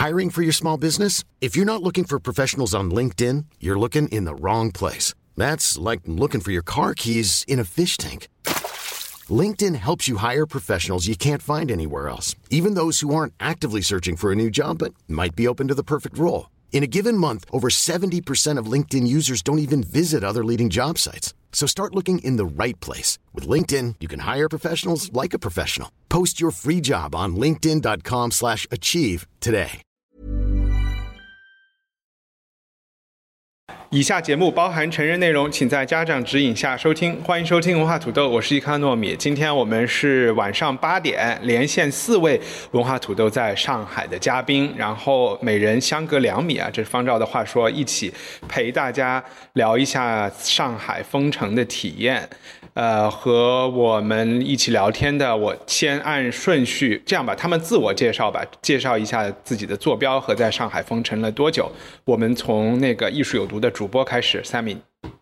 Hiring for your small business? If you're not looking for professionals on LinkedIn, you're looking in the wrong place. That's like looking for your car keys in a fish tank. LinkedIn helps you hire professionals you can't find anywhere else, even those who aren't actively searching for a new job but might be open to the perfect role. In a given month, over 70% of LinkedIn users don't even visit other leading job sites. So start looking in the right place. With LinkedIn, you can hire professionals like a professional. Post your free job on linkedin.com/achieve today. 以下节目包含成人内容，请在家长指引下收听。欢迎收听文化土豆，我是伊康糯米。今天我们是晚上8点，连线4位文化土豆在上海的嘉宾，然后每人相隔2米啊，这是方照的话说，一起陪大家聊一下上海封城的体验。和我们一起聊天的，我先按顺序这样吧，他们自我介绍吧，介绍一下自己的坐标和在上海封城了多久。我们从那个艺术有毒的主播开始 Sammy。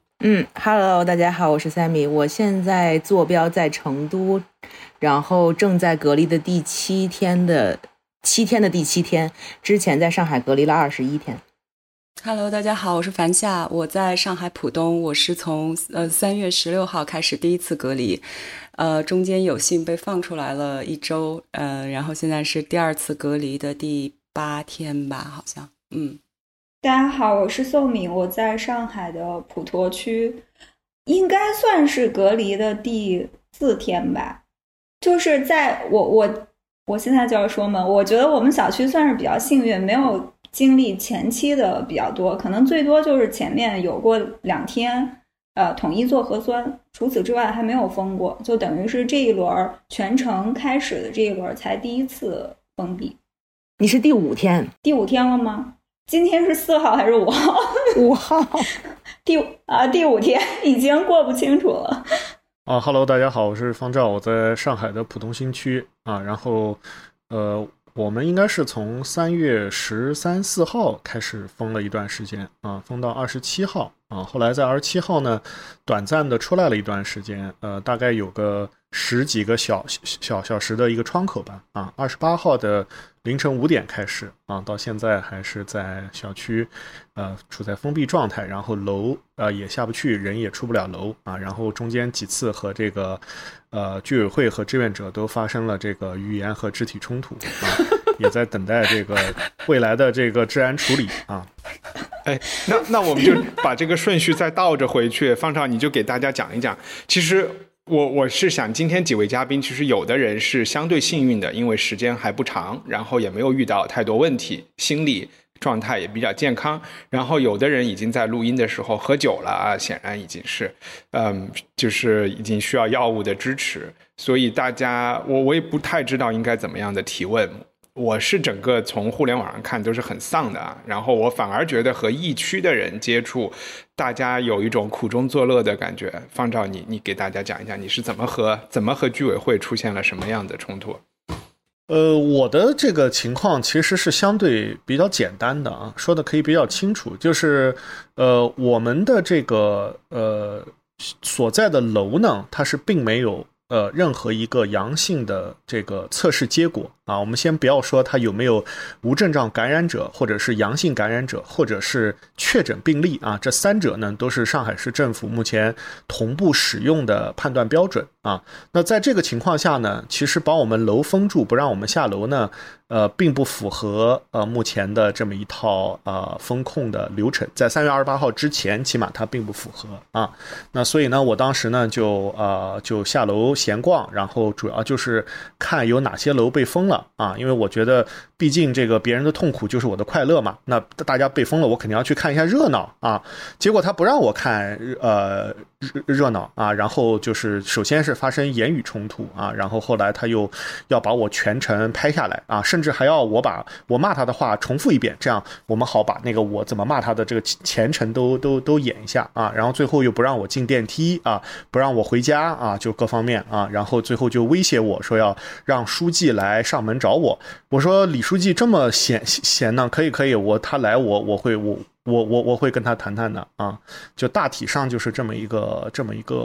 Hello， 大家好，我是 Sammy， 我现在坐标在成都，然后正在隔离的第7天的第7天，之前在上海隔离了21天。 Hello， 大家好，我是樊夏，我在上海浦东，我是从3月16号开始第一次隔离，中间有幸被放出来了1周，然后现在是第2次隔离的第8天吧，好像， 大家好，我是宋敏，我在上海的普陀区，应该算是隔离的第4天吧，就是在我现在就要说嘛，我觉得我们小区算是比较幸运，没有经历前期的比较多，可能最多就是前面有过2天统一做核酸，除此之外还没有封过，就等于是这一轮全程开始的这一轮才第一次封闭。 你是第5天？ 第5天了吗？今天是4号还是5号 ？5号。 第5天已经过不清楚了。 Hello， 大家好，我是方照，我在上海的浦东新区然后我们应该是从3月13、14号开始封了一段时间封到27号后来在27号呢短暂的出来了一段时间，大概有个10几个小时的一个窗口吧28号的凌晨5点开始到现在还是在小区处在封闭状态，然后楼也下不去，人也出不了楼然后中间几次和这个居委会和志愿者都发生了这个语言和肢体冲突也在等待这个未来的这个治安处理那我们就把这个顺序再倒着回去，方照你就给大家讲一讲。其实我是想今天几位嘉宾，其实有的人是相对幸运的，因为时间还不长，然后也没有遇到太多问题，心理状态也比较健康，然后有的人已经在录音的时候喝酒了显然已经是就是已经需要药物的支持，所以大家我也不太知道应该怎么样的提问。我是整个从互联网上看都是很丧的然后我反而觉得和疫区的人接触，大家有一种苦中作乐的感觉。方照你给大家讲一讲，你是怎么和居委会出现了什么样的冲突？ 我的这个情况其实是相对比较简单的说的可以比较清楚，就是我们的这个所在的楼呢，它是并没有任何一个阳性的这个测试结果我们先不要说它有没有无症状感染者，或者是阳性感染者，或者是确诊病例这3者呢都是上海市政府目前同步使用的判断标准那在这个情况下呢，其实把我们楼封住不让我们下楼呢并不符合目前的这么一套风控的流程，在3月28号之前起码它并不符合那所以呢我当时呢就下楼闲逛，然后主要就是看有哪些楼被封了因为我觉得毕竟这个别人的痛苦就是我的快乐嘛，那大家被封了我肯定要去看一下热闹结果他不让我看热闹然后就是首先是发生言语冲突然后后来他又要把我全程拍下来甚至还要我把我骂他的话重复一遍，这样我们好把那个我怎么骂他的这个前程都演一下然后最后又不让我进电梯不让我回家就各方面然后最后就威胁我说要让书记来上门找我。我说李书记这么闲呢，可以他来我会跟他谈谈的就大体上就是这么一个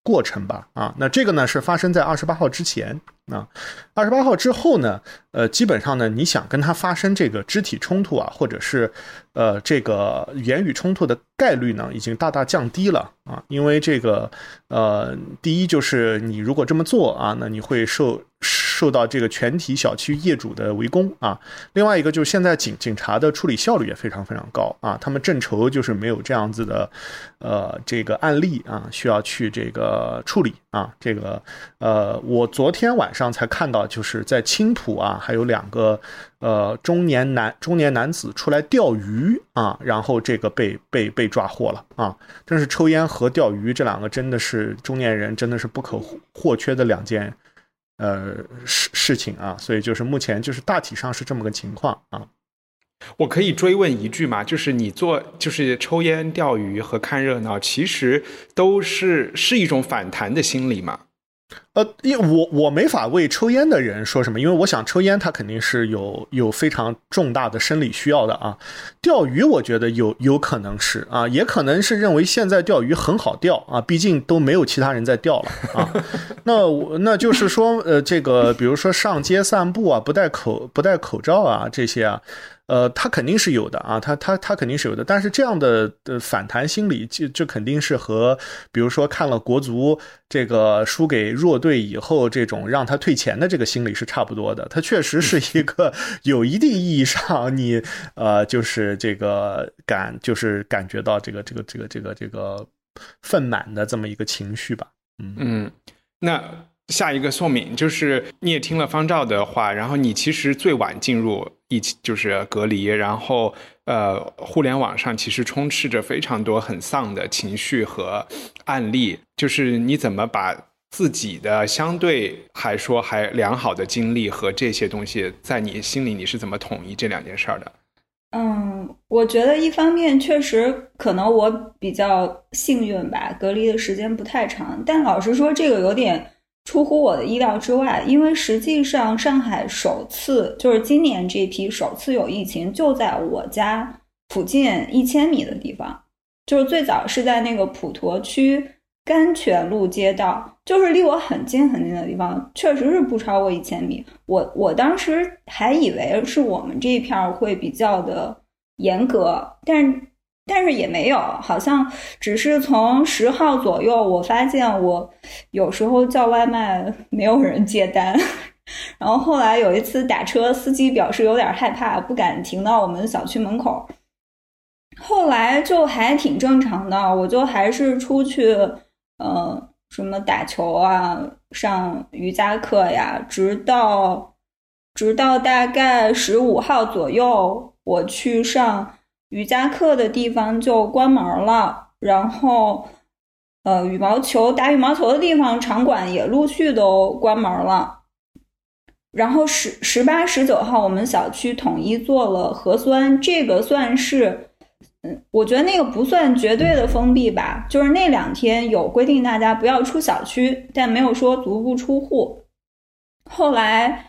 过程吧。那这个呢是发生在28号之前。28号之后呢，基本上呢，你想跟他发生这个肢体冲突啊，或者是这个言语冲突的概率呢，已经大大降低了因为这个第一就是你如果这么做那你会受到这个全体小区业主的围攻另外一个就是现在警察的处理效率也非常非常高他们正愁就是没有这样子的这个案例需要去这个处理这个我昨天晚上才看到，就是在青浦还有2个中年男子出来钓鱼然后这个被抓获了真是抽烟和钓鱼这2个真的是中年人真的是不可或缺的2件事情所以就是目前就是大体上是这么个情况我可以追问一句吗？就是你就是抽烟、钓鱼和看热闹，其实都是一种反弹的心理吗？ 因为我没法为抽烟的人说什么，因为我想抽烟他肯定是有非常重大的生理需要的钓鱼我觉得有可能是也可能是认为现在钓鱼很好钓毕竟都没有其他人在钓了那就是说这个比如说上街散步不戴口罩这些他肯定是有的他肯定是有的，但是这样的反弹心理就肯定是和比如说看了国足这个输给弱队以后这种让他退钱的这个心理是差不多的。他确实是一个有一定意义上你就是这个感觉到这个愤满的这么一个情绪吧。 那下一个宋敏，就是你也听了方照的话，然后你其实最晚进入就是隔离，然后互联网上其实充斥着非常多很丧的情绪和案例，就是你怎么把自己的相对还良好的经历和这些东西在你心里你是怎么统一这2件事的？ 我觉得一方面确实可能我比较幸运吧，隔离的时间不太长，但老实说这个有点出乎我的意料之外，因为实际上上海首次就是今年这批首次有疫情就在我家附近1000米的地方，就是最早是在那个普陀区甘泉路街道，就是离我很近很近的地方，确实是不超过1000米。我当时还以为是我们这一片会比较的严格，但是也没有，好像只是从10号左右，我发现我有时候叫外卖没有人接单，然后后来有一次打车，司机表示有点害怕，不敢停到我们小区门口。后来就还挺正常的，我就还是出去什么打球上瑜伽课呀，直到大概15号左右，我去上瑜伽课的地方就关门了，然后打羽毛球的地方场馆也陆续都关门了。然后18、19号我们小区统一做了核酸，这个算是我觉得那个不算绝对的封闭吧，就是那2天有规定大家不要出小区，但没有说足不出户。后来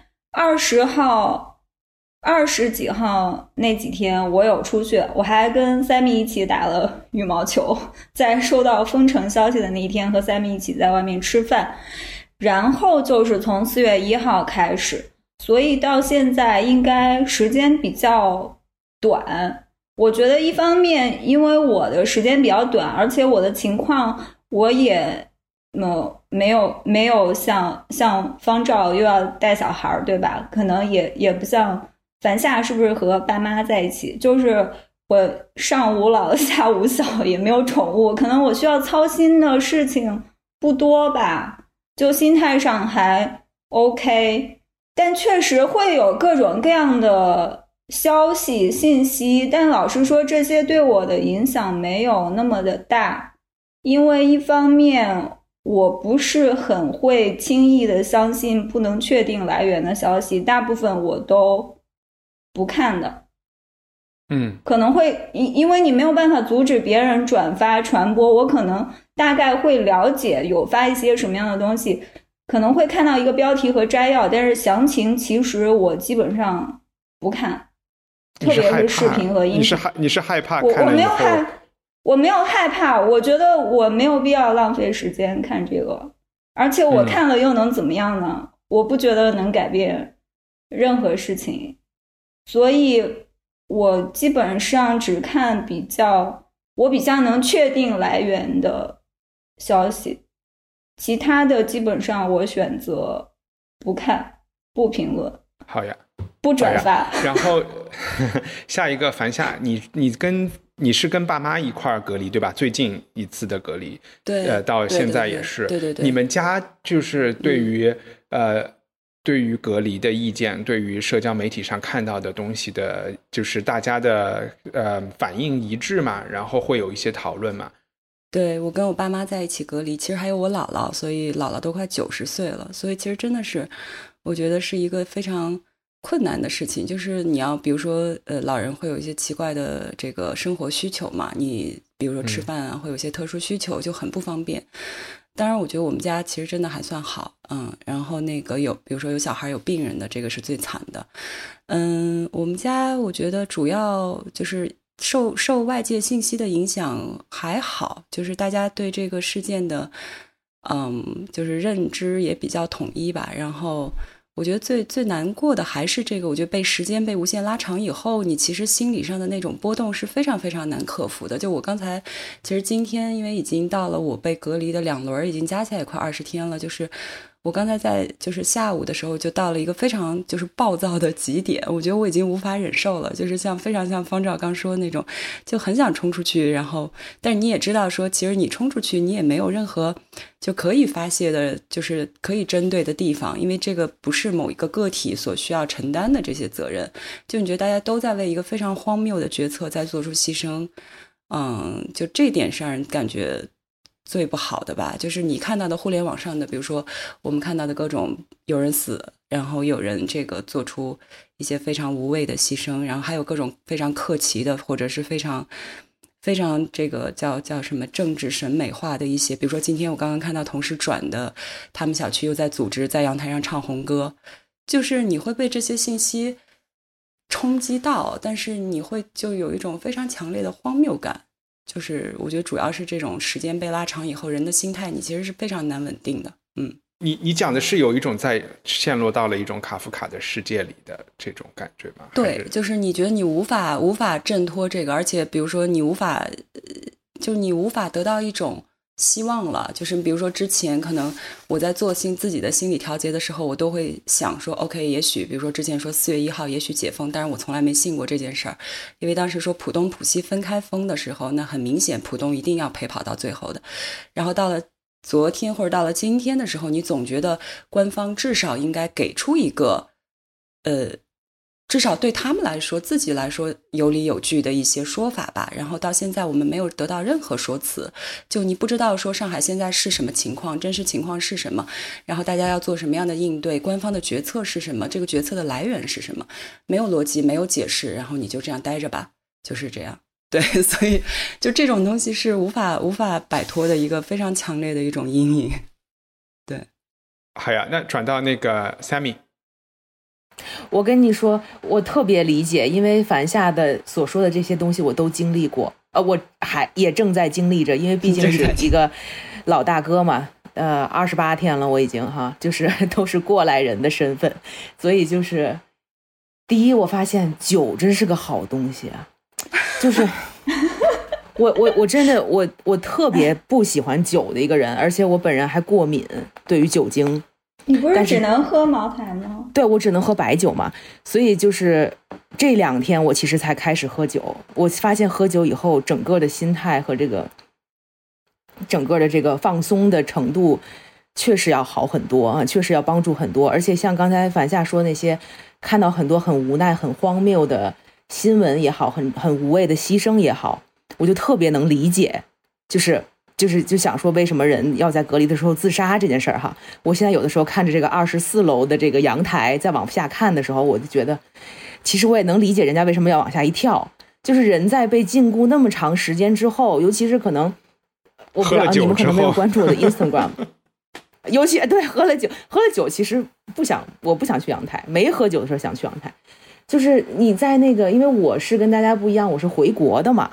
20几号那几天我有出去，我还跟Sammy一起打了羽毛球，在收到封城消息的那一天和Sammy一起在外面吃饭，然后就是从4月1号开始，所以到现在应该时间比较短。我觉得一方面因为我的时间比较短，而且我的情况我也没有像方照又要带小孩对吧，可能也不像樊夏是不是和爸妈在一起，就是我上无老下无小，也没有宠物，可能我需要操心的事情不多吧，就心态上还 OK。 但确实会有各种各样的消息信息，但老实说这些对我的影响没有那么的大，因为一方面我不是很会轻易的相信不能确定来源的消息，大部分我都不看的。可能会因为你没有办法阻止别人转发传播，我可能大概会了解有发一些什么样的东西，可能会看到一个标题和摘要，但是详情其实我基本上不看，特别是视频和音频。 你是害怕看了以后我没有害怕，我觉得我没有必要浪费时间看这个，而且我看了又能怎么样呢？我不觉得能改变任何事情，所以我基本上只看我比较能确定来源的消息，其他的基本上我选择不看、不评论。 好呀， 不转发。 然后下一个樊夏，你是跟爸妈一块儿隔离对吧？最近一次的隔离， 对， 到现在也是。 对。 你们家就是对于隔离的意见，对于社交媒体上看到的东西的，就是大家的反应一致嘛？然后会有一些讨论嘛？ 对，我跟我爸妈在一起隔离，其实还有我姥姥，所以姥姥都快90岁了，所以其实真的是，我觉得是一个非常困难的事情，就是你要比如说老人会有一些奇怪的这个生活需求嘛，你比如说吃饭啊，会有一些特殊需求，就很不方便。当然我觉得我们家其实真的还算好，然后那个比如说有小孩有病人的，这个是最惨的。我们家我觉得主要就是受外界信息的影响还好，就是大家对这个事件的就是认知也比较统一吧。然后我觉得最难过的还是这个，我觉得时间被无限拉长以后，你其实心理上的那种波动是非常非常难克服的。就我刚才其实今天因为已经到了我被隔离的2轮，已经加起来也快20天了，就是我刚才在就是下午的时候就到了一个非常就是暴躁的极点，我觉得我已经无法忍受了，就是非常像方照刚说的那种，就很想冲出去，然后但是你也知道说其实你冲出去你也没有任何就可以发泄的，就是可以针对的地方，因为这个不是某一个个体所需要承担的这些责任，就你觉得大家都在为一个非常荒谬的决策在做出牺牲，就这点是让人感觉最不好的吧。就是你看到的互联网上的，比如说我们看到的各种有人死，然后有人这个做出一些非常无谓的牺牲，然后还有各种非常客气的或者是非常这个叫什么政治审美化的一些，比如说今天我刚刚看到同事转的他们小区又在组织在阳台上唱红歌，就是你会被这些信息冲击到，但是你会就有一种非常强烈的荒谬感，就是我觉得主要是这种时间被拉长以后人的心态你其实是非常难稳定的。 你讲的是有一种在陷落到了一种卡夫卡的世界里的这种感觉吗？ 对，就是你觉得你无法挣脱这个，而且比如说你无法得到一种希望了，就是比如说之前可能我在做自己的心理调节的时候，我都会想说 OK， 也许比如说之前说4月1号也许解封，但是我从来没信过这件事儿，因为当时说浦东浦西分开封的时候，那很明显浦东一定要陪跑到最后的，然后到了昨天或者到了今天的时候，你总觉得官方至少应该给出一个至少对他们来说自己来说有理有据的一些说法吧，然后到现在我们没有得到任何说辞，就你不知道说上海现在是什么情况，真实情况是什么，然后大家要做什么样的应对，官方的决策是什么，这个决策的来源是什么，没有逻辑没有解释，然后你就这样待着吧，就是这样。对，所以就这种东西是无法摆脱的一个非常强烈的一种阴影。对， 好呀，那转到那个 Sammy。 我跟你说，我特别理解，因为樊夏的所说的这些东西我都经历过，我也正在经历着，因为毕竟是一个老大哥嘛，28天了我已经就是都是过来人的身份，所以就是第一，我发现酒真是个好东西啊。就是我真的我特别不喜欢酒的一个人，而且我本人还过敏对于酒精。 你不是只能喝茅台吗？ 对，我只能喝白酒嘛，所以就是这2天我其实才开始喝酒。我发现喝酒以后，整个的心态和整个的这个放松的程度确实要好很多啊，确实要帮助很多。而且像刚才樊夏说那些，看到很多很无奈、很荒谬的新闻也好，很无谓的牺牲也好，我就特别能理解，就想说为什么人要在隔离的时候自杀这件事儿哈。我现在有的时候看着这个24楼的这个阳台再往下看的时候，我就觉得其实我也能理解人家为什么要往下一跳，就是人在被禁कुरा那么长时间之后，尤其是可能我不知道你们可能没有关注我的 Instagram 尤其对喝了酒其实我不想去阳台，没喝酒的时候想去阳台，就是你在那个，因为我是跟大家不一样，我是回国的嘛，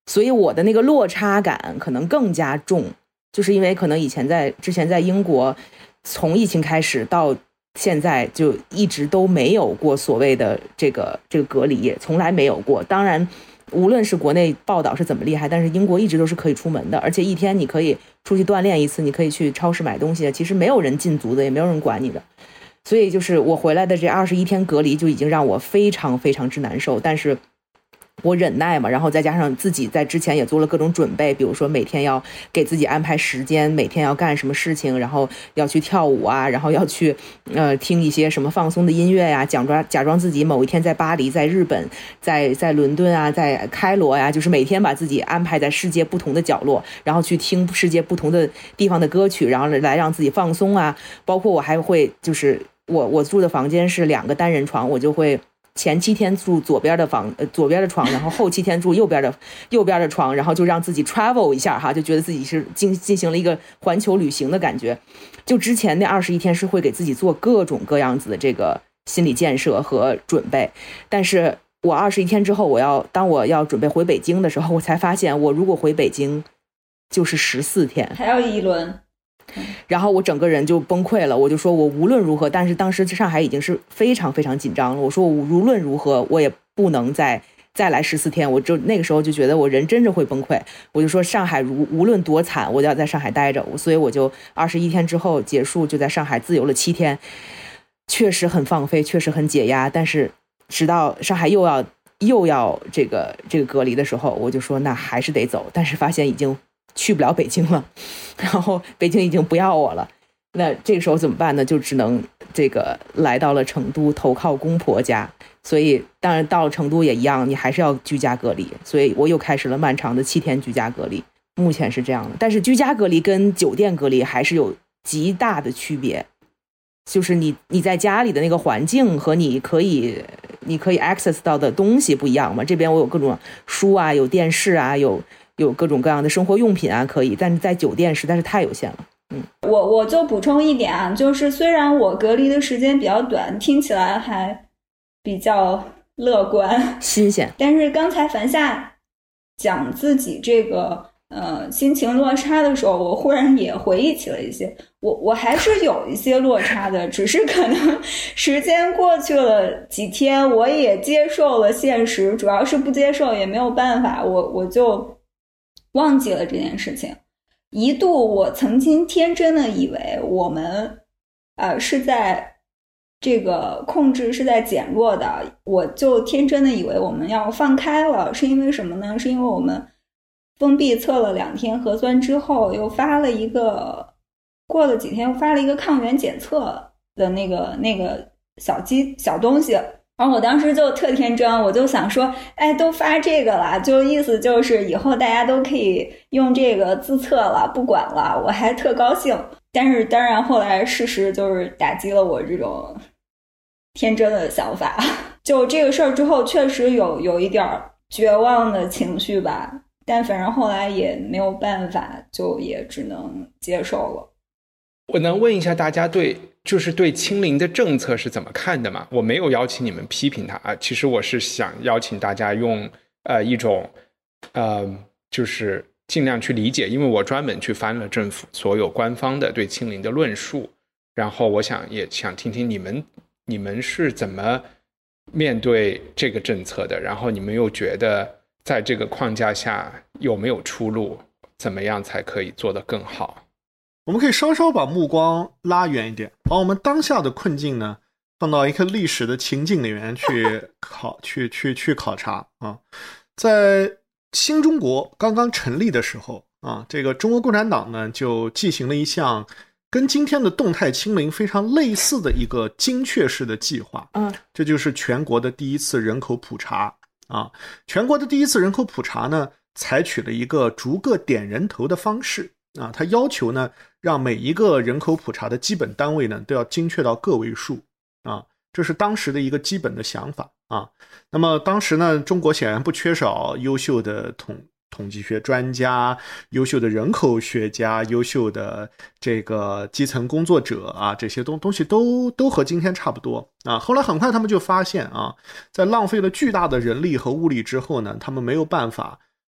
所以我的那个落差感可能更加重，就是因为可能之前在英国，从疫情开始到现在就一直都没有过所谓的这个隔离，从来没有过。当然无论是国内报道是怎么厉害，但是英国一直都是可以出门的，而且一天你可以出去锻炼一次，你可以去超市买东西，其实没有人禁足的，也没有人管你的。所以就是我回来的这21天隔离就已经让我非常非常之难受，但是我忍耐嘛，然后再加上自己在之前也做了各种准备，比如说每天要给自己安排时间，每天要干什么事情，然后要去跳舞啊，然后要去听一些什么放松的音乐呀，假装自己某一天在巴黎，在日本，在伦敦啊，在开罗呀，就是每天把自己安排在世界不同的角落，然后去听世界不同的地方的歌曲，然后来让自己放松啊。包括我还会就是我住的房间是2个单人床，我就会前7天住左边的床，然后后7天住右边的床，然后就让自己 travel 一下哈，就觉得自己是进行了一个环球旅行的感觉。就之前那21天是会给自己做各种各样子的这个心理建设和准备，但是我21天之后，当我要准备回北京的时候，我才发现我如果回北京就是14天， 还要一轮。 然后我整个人就崩溃了，我就说我无论如何，但是当时上海已经是非常非常紧张了，我说我无论如何我也不能再来14天，我就那个时候就觉得我人真的会崩溃，我就说上海无论多惨我都要在上海待着，所以我就21天之后结束，就在上海自由了7天，确实很放飞，确实很解压，但是直到上海又要这个隔离的时候，我就说那还是得走，但是发现已经去不了北京了，然后北京已经不要我了，那这个时候怎么办呢？就只能来到了成都投靠公婆家，所以当然到了成都也一样，你还是要居家隔离，所以我又开始了漫长的7天居家隔离，目前是这样的。但是居家隔离跟酒店隔离还是有极大的区别，就是你在家里的那个环境和你可以 access 到的东西不一样嘛。这边我有各种书啊，有电视啊，有各种各样的生活用品啊，可以，但是在酒店实在是太有限了。 我就补充一点啊，就是虽然我隔离的时间比较短，听起来还比较乐观新鲜， 但是刚才樊夏讲自己这个心情落差的时候，我忽然也回忆起了一些，我还是有一些落差的，只是可能时间过去了几天，我也接受了现实，主要是不接受也没有办法，我就忘记了这件事情。一度我曾经天真的以为我们是在这个控制是在减弱的，我就天真的以为我们要放开了，是因为什么呢？是因为我们封闭测了2天核酸之后，又发了一个，过了几天又发了一个抗原检测的那个小东西，然后我当时就特天真，我就想说，哎，都发这个了，就意思就是以后大家都可以用这个自测了，不管了，我还特高兴。但是当然后来事实就是打击了我这种天真的想法，就这个事儿之后确实有一点绝望的情绪吧，但反正后来也没有办法，就也只能接受了。 我能问一下大家对清零的政策是怎么看的吗？我没有邀请你们批评它啊，其实我是想邀请大家用一种就是尽量去理解，因为我专门去翻了政府所有官方的对清零的论述，然后我也想听听你们是怎么面对这个政策的，然后你们又觉得在这个框架下有没有出路，怎么样才可以做得更好？ 我们可以稍稍把目光拉远一点，把我们当下的困境呢放到一个历史的情境里面去考察啊。在新中国刚刚成立的时候啊，这个中国共产党呢就进行了一项跟今天的动态清零非常类似的一个精确式的计划，这就是全国的第一次人口普查啊。全国的第一次人口普查呢，采取了一个逐个点人头的方式啊，它要求呢让每一个人口普查的基本单位呢都要精确到个位数啊，这是当时的一个基本的想法啊。那么当时呢，中国显然不缺少优秀的统计学专家、优秀的人口学家、优秀的这个基层工作者啊，这些东西都和今天差不多啊。后来很快他们就发现啊，在浪费了巨大的人力和物力之后呢，他们没有办法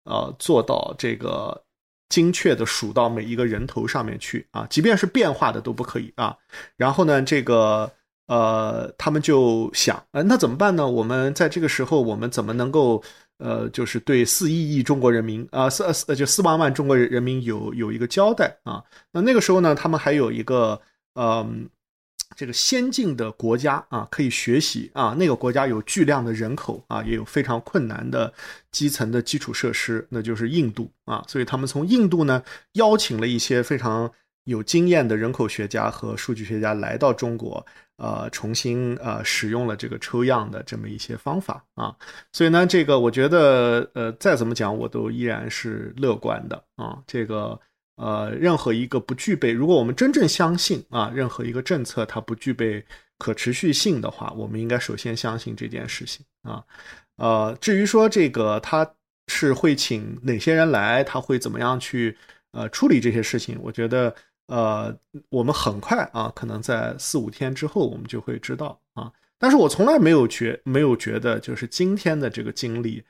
做到这个精确的数到每一个人头上面去啊，即便是变化的都不可以啊。然后呢，这个他们就想，那怎么办呢？我们在这个时候，我们怎么能够就是对4亿中国人民就4万万中国人民有一个交代啊？那个时候呢，他们还有一个这个先进的国家啊，可以学习啊。那个国家有巨量的人口啊，也有非常困难的基层的基础设施，那就是印度啊。所以他们从印度呢邀请了一些非常有经验的人口学家和数据学家来到中国，重新使用了这个抽样的这么一些方法啊。所以呢，这个我觉得再怎么讲，我都依然是乐观的啊。这个任何一个不具备，如果我们真正相信啊，任何一个政策它不具备可持续性的话，我们应该首先相信这件事情啊。至于说这个他是会请哪些人来，他会怎么样去处理这些事情，我觉得我们很快啊，可能在4-5天之后我们就会知道啊。但是我从来没有觉得就是今天的这个经历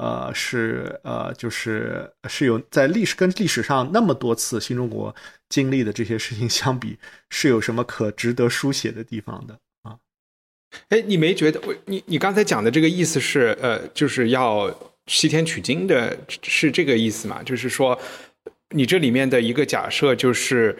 就是有在跟历史上那么多次新中国经历的这些事情相比，是有什么可值得书写的地方的啊？ 哎，你没觉得你刚才讲的这个意思是就是要西天取经的，是这个意思吗？就是说你这里面的一个假设就是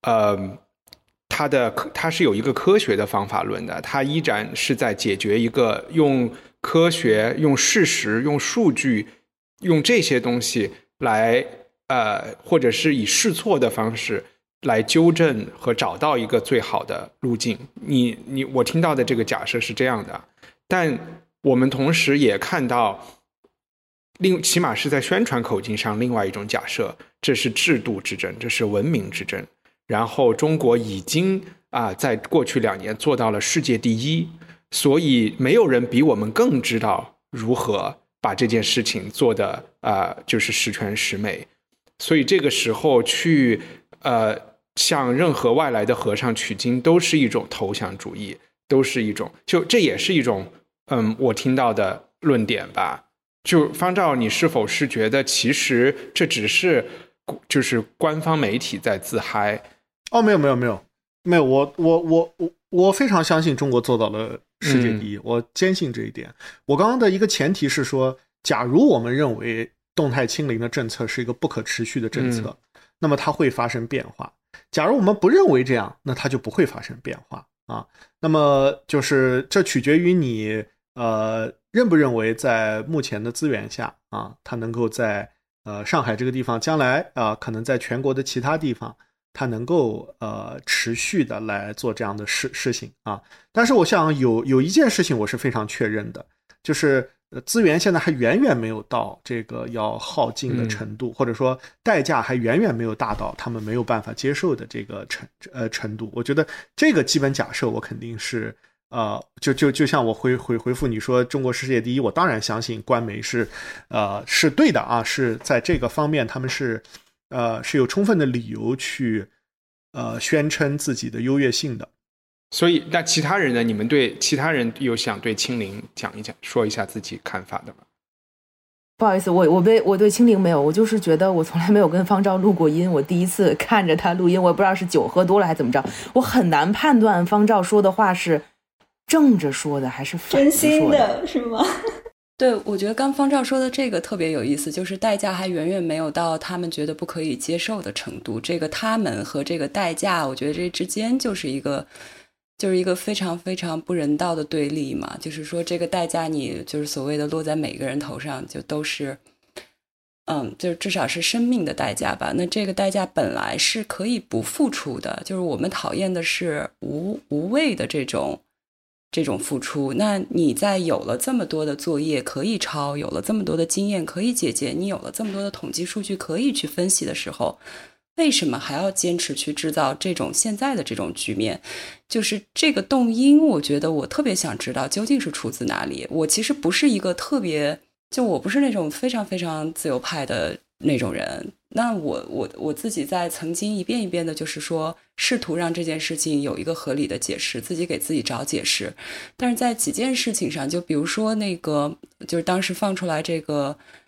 它是有一个科学的方法论的，它依然是在解决一个用科学、用事实、用数据、用这些东西来或者是以试错的方式来纠正和找到一个最好的路径。我听到的这个假设是这样的，但我们同时也看到起码是在宣传口径上另外一种假设，这是制度之争，这是文明之争。然后中国已经在过去2年做到了世界第一，所以没有人比我们更知道如何把这件事情做的就是十全十美。所以这个时候去向任何外来的和尚取经都是一种投降主义，都是一种这也是一种我听到的论点吧。就方照，你是否是觉得其实这只是就是官方媒体在自嗨？ 没有，我非常相信中国做到了世界第一，我坚信这一点。我刚刚的一个前提是说，假如我们认为动态清零的政策是一个不可持续的政策，那么它会发生变化。假如我们不认为这样，那它就不会发生变化啊。那么就是这取决于你认不认为在目前的资源下啊，它能够在上海这个地方，将来可能在全国的其他地方，它能够持续的来做这样的事情啊。但是我想有一件事情我是非常确认的，就是资源现在还远远没有到这个要耗尽的程度，或者说代价还远远没有大到他们没有办法接受的这个程度。我觉得这个基本假设我肯定是就像我回复你说中国世界第一，我当然相信官媒是对的啊，是在这个方面他们是有充分的理由去宣称自己的优越性的。 所以那其他人呢？你们对其他人有想对清零讲一讲，说一下自己看法的吗？ 不好意思，我对清零没有，我就是觉得我从来没有跟方照录过音，我第一次看着他录音，我也不知道是酒喝多了还是怎么着，我很难判断方照说的话是正着说的还是反着说的， 真心的是吗？ 对，我觉得刚方照说的这个特别有意思，就是代价还远远没有到他们觉得不可以接受的程度。这个他们和这个代价，我觉得这之间就是一个非常非常不人道的对立嘛。就是说这个代价你就是所谓的落在每个人头上，就都是就至少是生命的代价吧。那这个代价本来是可以不付出的，就是我们讨厌的是无谓的这种付出。那你在有了这么多的作业可以抄，有了这么多的经验可以借鉴，你有了这么多的统计数据可以去分析的时候，为什么还要坚持去制造这种现在的这种局面？就是这个动因，我觉得我特别想知道究竟是出自哪里。我其实不是一个我不是那种非常非常自由派的那种人。那我自己在曾经一遍一遍的就是说试图让这件事情有一个合理的解释，自己给自己找解释。但是在几件事情上，就比如说那个就是当时放出来这个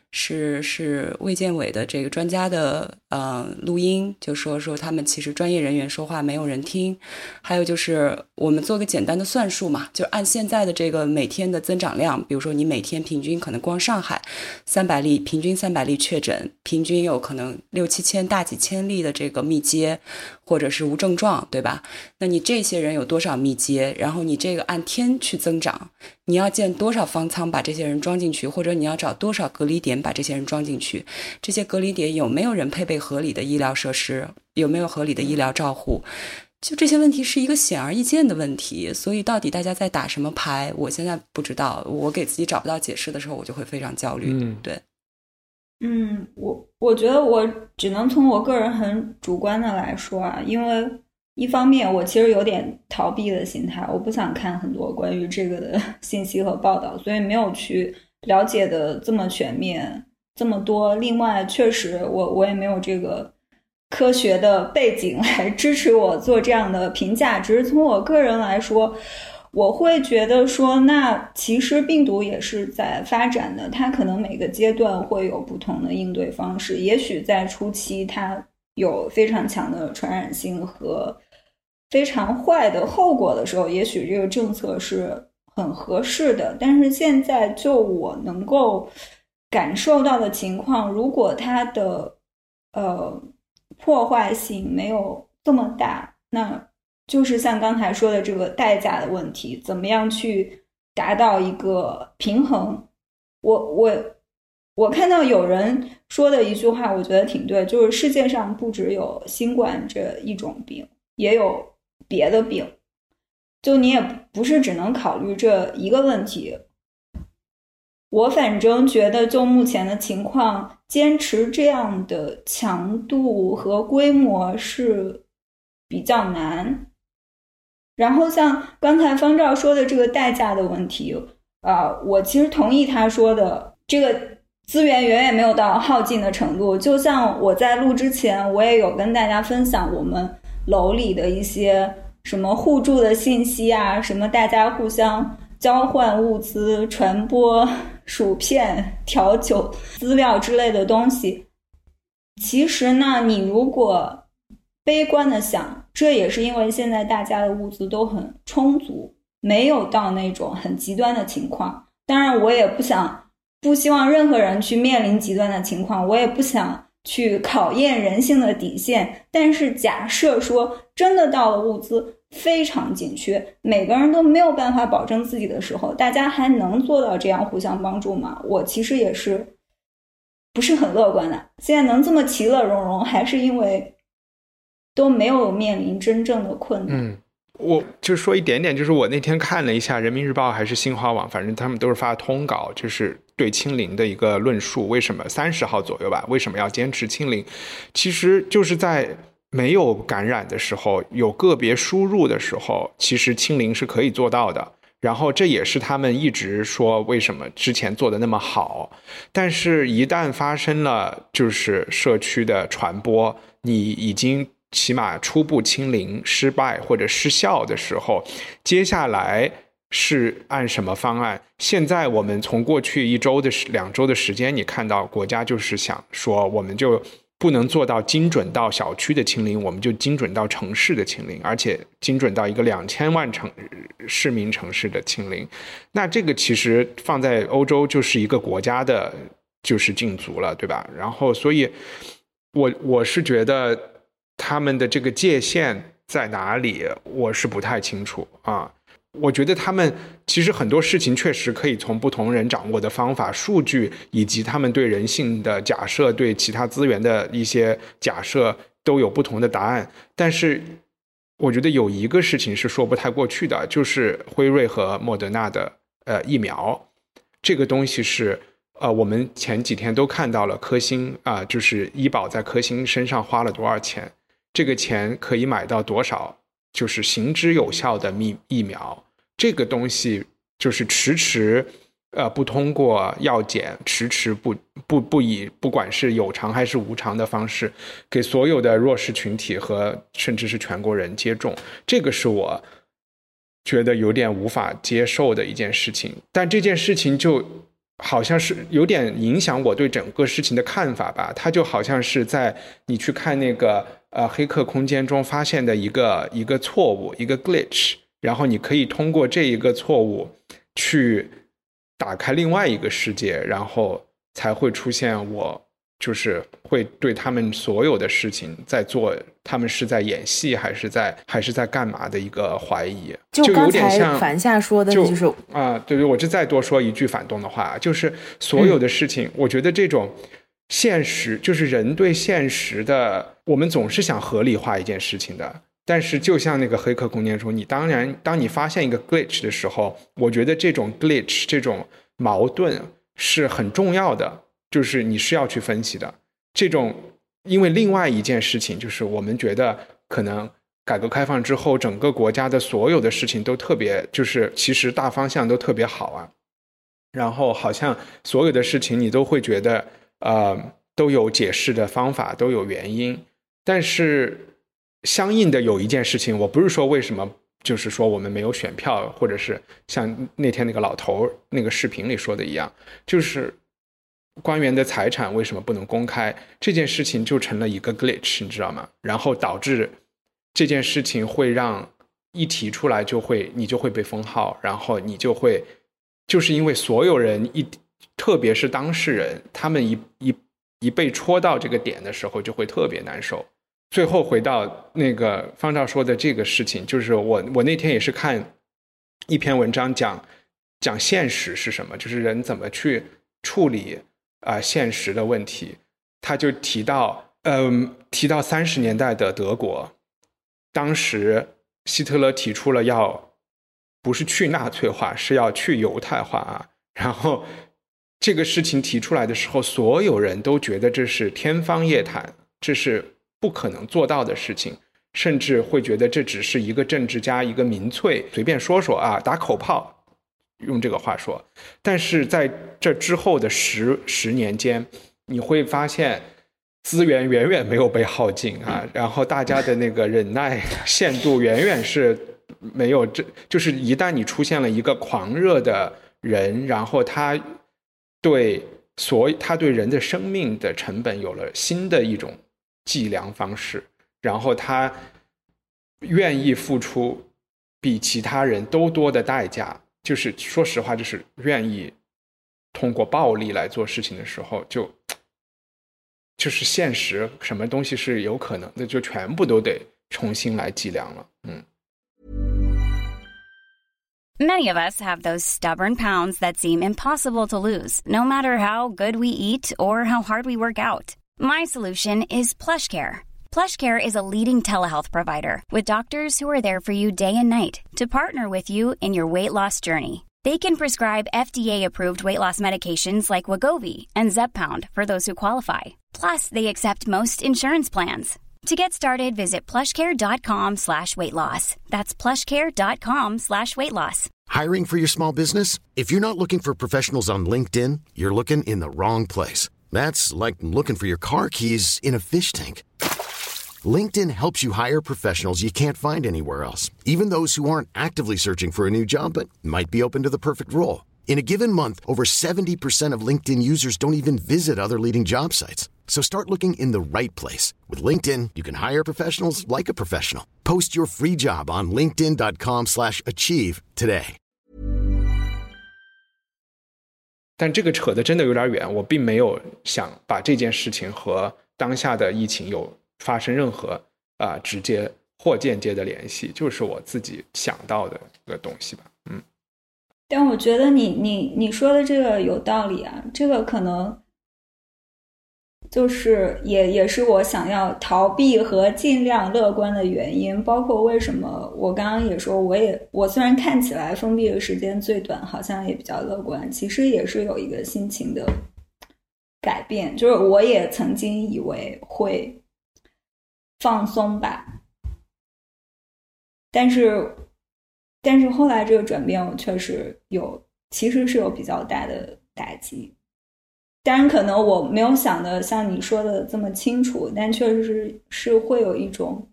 是卫健委的这个专家的录音，就说他们其实专业人员说话没有人听。还有就是我们做个简单的算术嘛，就按现在的这个每天的增长量，比如说你每天平均可能光上海300例，平均300例确诊，平均有可能6、7千大几千例的这个密接或者是无症状，对吧？那你这些人有多少密接，然后你这个按天去增长，你要建多少方舱把这些人装进去，或者你要找多少隔离点把这些人装进去，这些隔离点有没有人配备合理的医疗设施，有没有合理的医疗照护，就这些问题是一个显而易见的问题。所以到底大家在打什么牌，我现在不知道，我给自己找不到解释的时候，我就会非常焦虑。对。 我觉得我只能从我个人很主观的来说啊，因为一方面我其实有点逃避的心态，我不想看很多关于这个的信息和报道，所以没有去了解的这么全面这么多。另外确实我也没有这个科学的背景来支持我做这样的评价，只是从我个人来说，我会觉得说，那其实病毒也是在发展的，它可能每个阶段会有不同的应对方式，也许在初期它有非常强的传染性和非常坏的后果的时候，也许这个政策是很合适的。但是现在就我能够感受到的情况，如果它的破坏性没有这么大，那就是像刚才说的这个代价的问题，怎么样去达到一个平衡。我看到有人说的一句话，我觉得挺对，就是世界上不只有新冠这一种病，也有别的病，就你也不是只能考虑这一个问题。我反正觉得就目前的情况，坚持这样的强度和规模是比较难。然后像刚才方照说的这个代价的问题，我其实同意他说的，这个资源远远没有到耗尽的程度。就像我在录之前，我也有跟大家分享我们楼里的一些什么互助的信息啊，什么大家互相交换物资、传播薯片、调酒、资料之类的东西。其实呢，你如果悲观的想，这也是因为现在大家的物资都很充足，没有到那种很极端的情况。当然我也不希望任何人去面临极端的情况，我也不想去考验人性的底线。但是假设说真的到了物资非常紧缺，每个人都没有办法保证自己的时候，大家还能做到这样互相帮助吗？我其实也是不是很乐观的。现在能这么其乐融融，还是因为都没有面临真正的困难。 我就说一点点，就是我那天看了一下人民日报还是新华网，反正他们都是发通稿，就是对清零的一个论述。为什么30号左右吧，为什么要坚持清零？其实就是在没有感染的时候，有个别输入的时候，其实清零是可以做到的。然后这也是他们一直说为什么之前做的那么好。但是一旦发生了就是社区的传播，你已经起码初步清零失败或者失效的时候，接下来是按什么方案？现在我们从过去2周的时间，你看到国家就是想说，我们就不能做到精准到小区的清零，我们就精准到城市的清零，而且精准到一个2000万市民城市的清零。那这个其实放在欧洲就是一个国家的就是禁足了，对吧？然后所以我是觉得他们的这个界限在哪里，我是不太清楚啊。我觉得他们其实很多事情确实可以从不同人掌握的方法、数据以及他们对人性的假设、对其他资源的一些假设都有不同的答案。但是我觉得有一个事情是说不太过去的，就是辉瑞和莫德纳的疫苗，这个东西是我们前几天都看到了科兴就是医保在科兴身上花了多少钱，这个钱可以买到多少就是行之有效的疫苗。这个东西就是迟迟不通过药检，迟迟不以不管是有偿还是无偿的方式给所有的弱势群体和甚至是全国人接种，这个是我觉得有点无法接受的一件事情。但这件事情就好像是有点影响我对整个事情的看法吧。它就好像是在你去看那个黑客空间中发现的一个错误，一个 glitch， 然后你可以通过这一个错误去打开另外一个世界，然后才会出现我就是会对他们所有的事情在做，他们是在演戏还是在干嘛的一个怀疑，就有点像樊夏说的，就是对，我就再多说一句反动的话，就是所有的事情，我觉得这种现实，就是人对现实的，我们总是想合理化一件事情的。但是就像那个黑客空间中，当你发现一个 glitch 的时候，我觉得这种 glitch 这种矛盾是很重要的，就是你是要去分析的。这种因为另外一件事情就是我们觉得可能改革开放之后整个国家的所有的事情都特别，就是其实大方向都特别好啊，然后好像所有的事情你都会觉得都有解释的方法，都有原因。但是相应的有一件事情，我不是说为什么就是说我们没有选票，或者是像那天那个老头那个视频里说的一样，就是官员的财产为什么不能公开，这件事情就成了一个 glitch， 你知道吗？然后导致这件事情会让一提出来你就会被封号，然后你就会就是因为所有人特别是当事人，他们一被戳到这个点的时候就会特别难受。最后回到那个方照说的这个事情，就是我那天也是看一篇文章讲现实是什么，就是人怎么去处理现实的问题。他就提到30年代的德国，当时希特勒提出了要不是去纳粹化，是要去犹太化啊。然后这个事情提出来的时候，所有人都觉得这是天方夜谭，这是不可能做到的事情，甚至会觉得这只是一个政治家一个民粹随便说说啊，打口炮，用这个话说。但是在这之后的十年间，你会发现资源远远没有被耗尽啊，然后大家的那个忍耐限度远远是没有，就是一旦你出现了一个狂热的人，然后他对人的生命的成本有了新的一种计量方式，然后他愿意付出比其他人都多的代价，就是说实话，就是愿意通过暴力来做事情的时候，就是现实什么东西是有可能的，就全部都得重新来计量了。 Many of us have those stubborn pounds that seem impossible to lose, no matter how good we eat or how hard we work out. My solution is PlushCare. PlushCare is a leading telehealth provider with doctors who are there for you day and night to partner with you in your weight loss journey. They can prescribe FDA-approved weight loss medications like Wegovy and Zepbound for those who qualify. Plus, they accept most insurance plans. To get started, visit plushcare.com/weightloss. That's plushcare.com/weightloss. Hiring for your small business? If you're not looking for professionals on LinkedIn, you're looking in the wrong place. That's like looking for your car keys in a fish tank. LinkedIn helps you hire professionals you can't find anywhere else, even those who aren't actively searching for a new job but might be open to the perfect role. In a given month, over 70% of LinkedIn users don't even visit other leading job sites. So start looking in the right place. With LinkedIn, you can hire professionals like a professional. Post your free job on linkedin.com/achieve today. 但这个扯得真的有点远，我并没有想把这件事情和当下的疫情有发生任何直接或间接的联系，就是我自己想到的一个东西吧。 但我觉得你说的这个有道理啊，这个可能就是也是我想要逃避和尽量乐观的原因，包括为什么我刚刚也说我虽然看起来封闭的时间最短，好像也比较乐观，其实也是有一个心情的改变，就是我也曾经以为会放松吧，但是后来这个转变我确实其实是有比较大的打击。当然可能我没有想的像你说的这么清楚，但确实是会有一种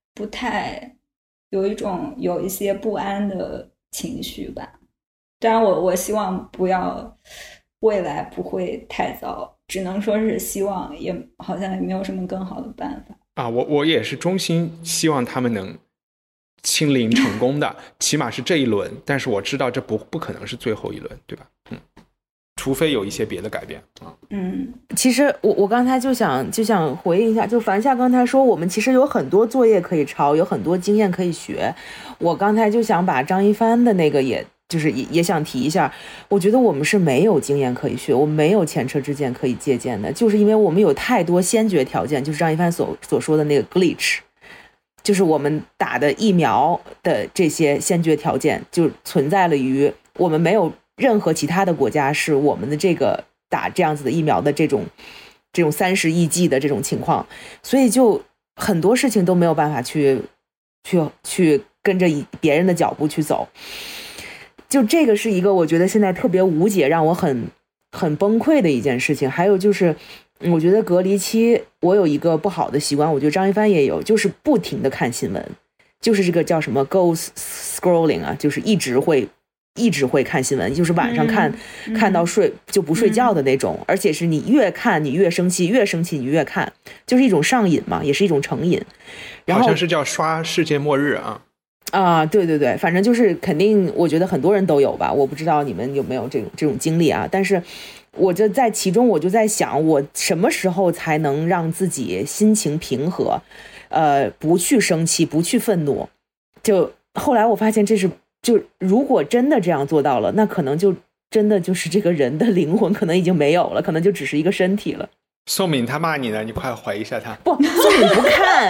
有一些不安的情绪吧。当然我希望不要未来不会太糟，只能说是希望，也好像也没有什么更好的办法啊。我也是衷心希望他们能清零成功的，起码是这一轮，但是我知道这不可能是最后一轮，对吧？除非有一些别的改变啊。 其实我刚才就想回应一下，就樊夏刚才说我们其实有很多作业可以抄，有很多经验可以学。我刚才就想把张一帆的那个也想提一下，我觉得我们是没有经验可以学，我们没有前车之鉴可以借鉴的，就是因为我们有太多先决条件，就是张一帆所说的那个 glitch， 就是我们打的疫苗的这些先决条件就存在了于我们没有任何其他的国家是我们的这个打这样子的疫苗的这种30亿剂的这种情况，所以就很多事情都没有办法去跟着别人的脚步去走。就这个是一个我觉得现在特别无解，让我很崩溃的一件事情。还有就是我觉得隔离期我有一个不好的习惯，我觉得张一帆也有，就是不停的看新闻，就是这个叫什么 ghost scrolling 啊，就是一直会看新闻，就是晚上看到睡就不睡觉的那种，而且是你越看你越生气，越生气你越看，就是一种上瘾嘛，也是一种成瘾。然后好像是叫刷世界末日啊， 对对对，反正就是肯定我觉得很多人都有吧，我不知道你们有没有这种经历啊。但是我就在其中，我就在想，我什么时候才能让自己心情平和，不去生气，不去愤怒。就后来我发现就如果真的这样做到了，那可能就真的就是这个人的灵魂可能已经没有了，可能就只是一个身体了。 宋敏他骂你呢，你快回一下他。 不，宋敏不看。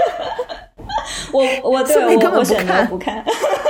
我选择不看。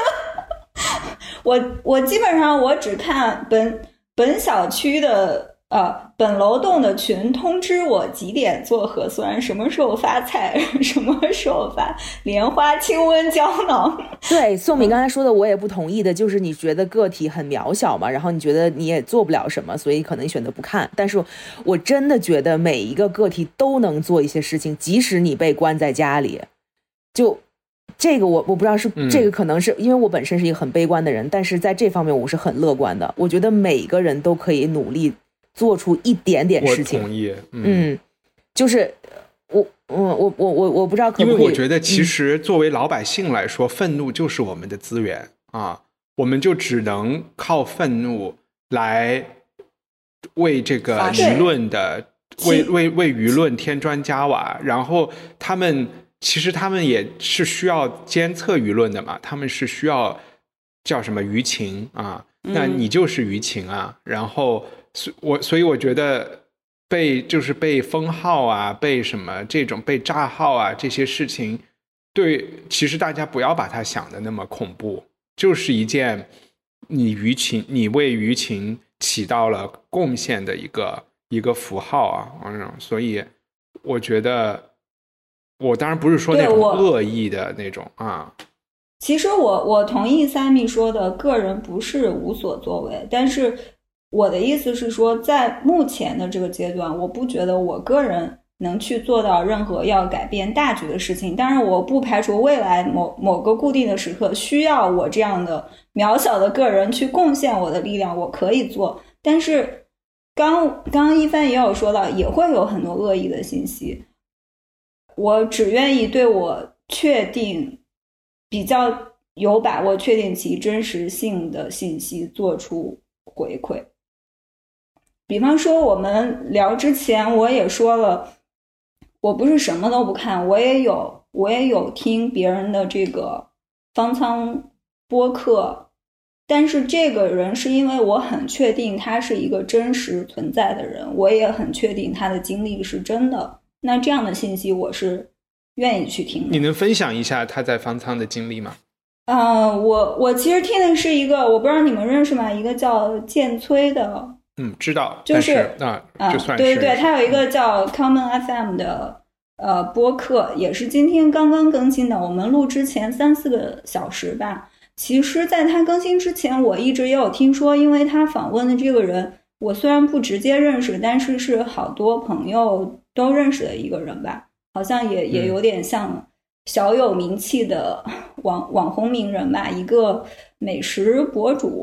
我基本上我只看本小区的本楼栋的群通知我几点做核酸，什么时候发菜，什么时候发莲花清瘟胶囊。 对，宋敏刚才说的我也不同意的，就是你觉得个体很渺小嘛，然后你觉得你也做不了什么，所以可能选择不看。但是我真的觉得每一个个体都能做一些事情，即使你被关在家里。就这个我不知道是这个，可能是因为我本身是一个很悲观的人，但是在这方面我是很乐观的。我觉得每个人都可以努力做出一点点事情。 我同意。 就是我不知道可不可以， 因为我觉得其实作为老百姓来说，愤怒就是我们的资源啊，我们就只能靠愤怒来为这个舆论的为舆论添砖加瓦，然后其实他们也是需要监测舆论的嘛，他们是需要叫什么舆情啊，那你就是舆情啊。然后所以我觉得被封号啊，被什么这种被炸号啊，这些事情，对，其实大家不要把它想的那么恐怖，就是一件你为舆情起到了贡献的一个符号啊。所以我觉得。我当然不是说那种恶意的那种啊。 其实我同意Sammy说的，个人不是无所作为，但是我的意思是说，在目前的这个阶段，我不觉得我个人能去做到任何要改变大局的事情。当然，我不排除未来某个固定的时刻需要我这样的渺小的个人去贡献我的力量，我可以做。但是刚一帆也有说到，也会有很多恶意的信息。我只愿意对我确定比较有把握确定其真实性的信息做出回馈。比方说我们聊之前我也说了，我不是什么都不看，我也有听别人的这个方舱播客，但是这个人是因为我很确定他是一个真实存在的人，我也很确定他的经历是真的，那这样的信息我是愿意去听的。 你能分享一下他在方舱的经历吗？ 我其实听的是一个，我不知道你们认识吗？一个叫建崔的， 知道， 就是就算是对对对，他有一个叫 Common FM 的播客，也是今天刚刚更新的，我们录之前3-4个小时吧。其实在他更新之前，我一直也有听说，因为他访问的这个人，我虽然不直接认识，但是是好多朋友都认识的一个人吧，好像也有点像小有名气的网红名人吧，一个美食博主，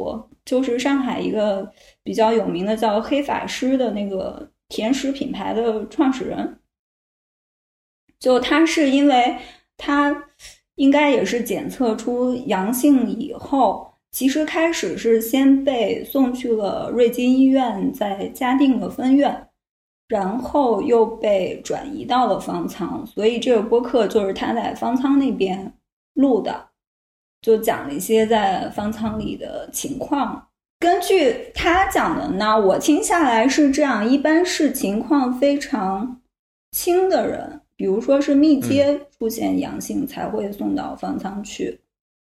就是上海一个比较有名的叫黑法师的那个甜食品牌的创始人。就他是因为他应该也是检测出阳性以后，其实开始是先被送去了瑞金医院在嘉定的分院，然后又被转移到了方舱，所以这个播客就是他在方舱那边录的，就讲了一些在方舱里的情况。根据他讲的呢，我听下来是这样，一般是情况非常轻的人，比如说是密接出现阳性才会送到方舱去。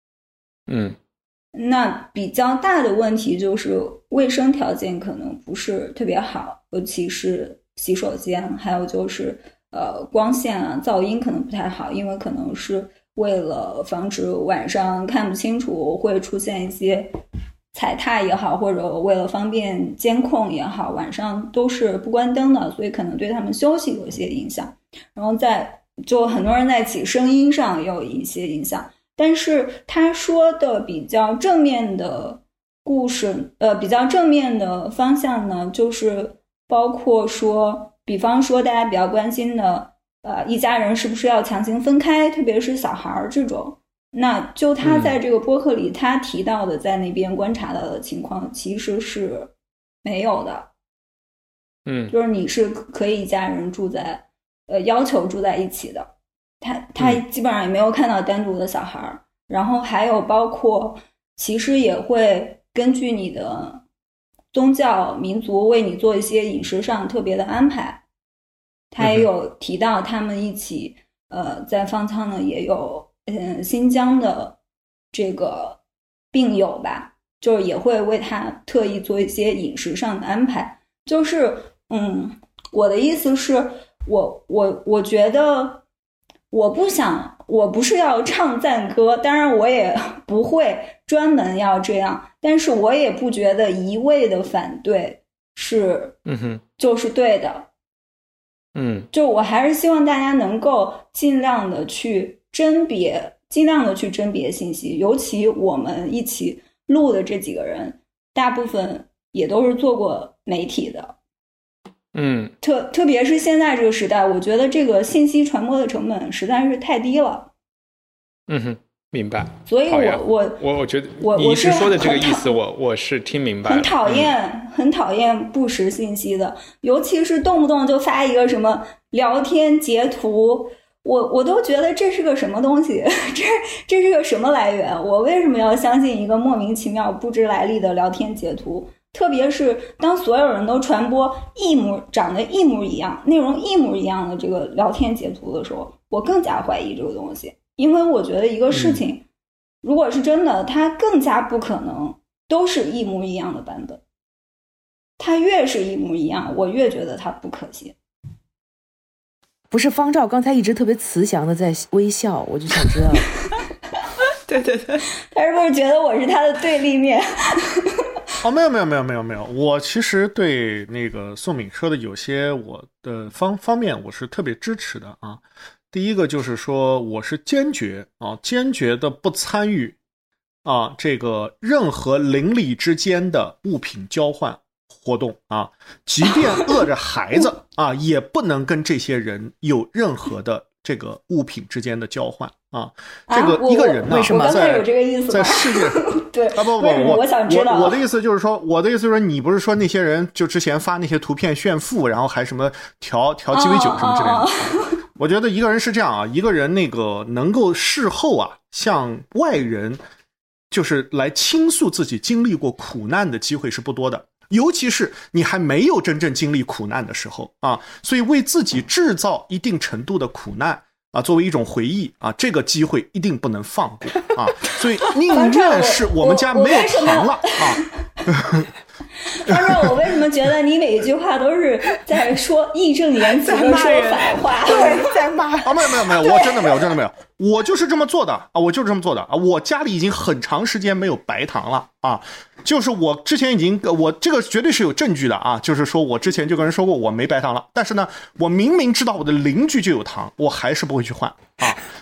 那比较大的问题就是卫生条件可能不是特别好，尤其是洗手间，还有就是光线啊噪音可能不太好，因为可能是为了防止晚上看不清楚会出现一些踩踏也好，或者为了方便监控也好，晚上都是不关灯的，所以可能对他们休息有一些影响，然后就很多人在一起声音上也有一些影响。但是他说的比较正面的故事，比较正面的方向呢，就是包括说，比方说大家比较关心的一家人是不是要强行分开，特别是小孩这种。那就他在这个播客里他提到的在那边观察到的情况其实是没有的。就是你是可以一家人住在要求住在一起的，他基本上也没有看到单独的小孩。然后还有包括其实也会根据你的宗教民族为你做一些饮食上特别的安排。他也有提到他们一起在方舱呢也有新疆的这个病友吧，就是也会为他特意做一些饮食上的安排。就是我的意思是我觉得我不是要唱赞歌，当然我也不会专门要这样，但是我也不觉得一味的反对是就是对的。就我还是希望大家能够尽量的去甄别信息，尤其我们一起录的这几个人大部分也都是做过媒体的。特别是现在这个时代，我觉得这个信息传播的成本实在是太低了。 明白。 所以我觉得你是说的这个意思，我是听明白了。 很讨厌不实信息的，尤其是动不动就发一个什么聊天截图，我都觉得这是个什么东西，这是个什么来源？我为什么要相信一个莫名其妙不知来历的聊天截图？特别是当所有人都传播长得一模一样、内容一模一样的这个聊天截图的时候，我更加怀疑这个东西。因为我觉得一个事情如果是真的，它更加不可能都是一模一样的版本。它越是一模一样，我越觉得它不可信。 不是，方照刚才一直特别慈祥的在微笑，我就想知道对，他是不是觉得我是他的对立面？ 没有，我其实对那个宋敏说的有些我的方面我是特别支持的啊。第一个就是说，我是坚决的不参与这个任何邻里之间的物品交换活动啊，即便饿着孩子也不能跟这些人有任何的这个物品之间的交换啊。这个一个人呢， 为什么刚才有这个意思？ 在世界对我想知道。 我的意思就是说，你不是说那些人就之前发那些图片炫富，然后还什么调鸡尾酒什么之类的。我觉得一个人是这样一个人那个能够事后向外人就是来倾诉自己经历过苦难的机会是不多的，尤其是你还没有真正经历苦难的时候所以为自己制造一定程度的苦难作为一种回忆这个机会一定不能放过所以宁愿是我们家没有糖了方正，我为什么觉得你每一句话都是在说义正言辞的说反话？ 对，在骂没有，我真的没有，我就是这么做的我家里已经很长时间没有白糖了就是我之前我这个绝对是有证据的就是说我之前就跟人说过我没白糖了，但是呢，我明明知道我的邻居就有糖，我还是不会去换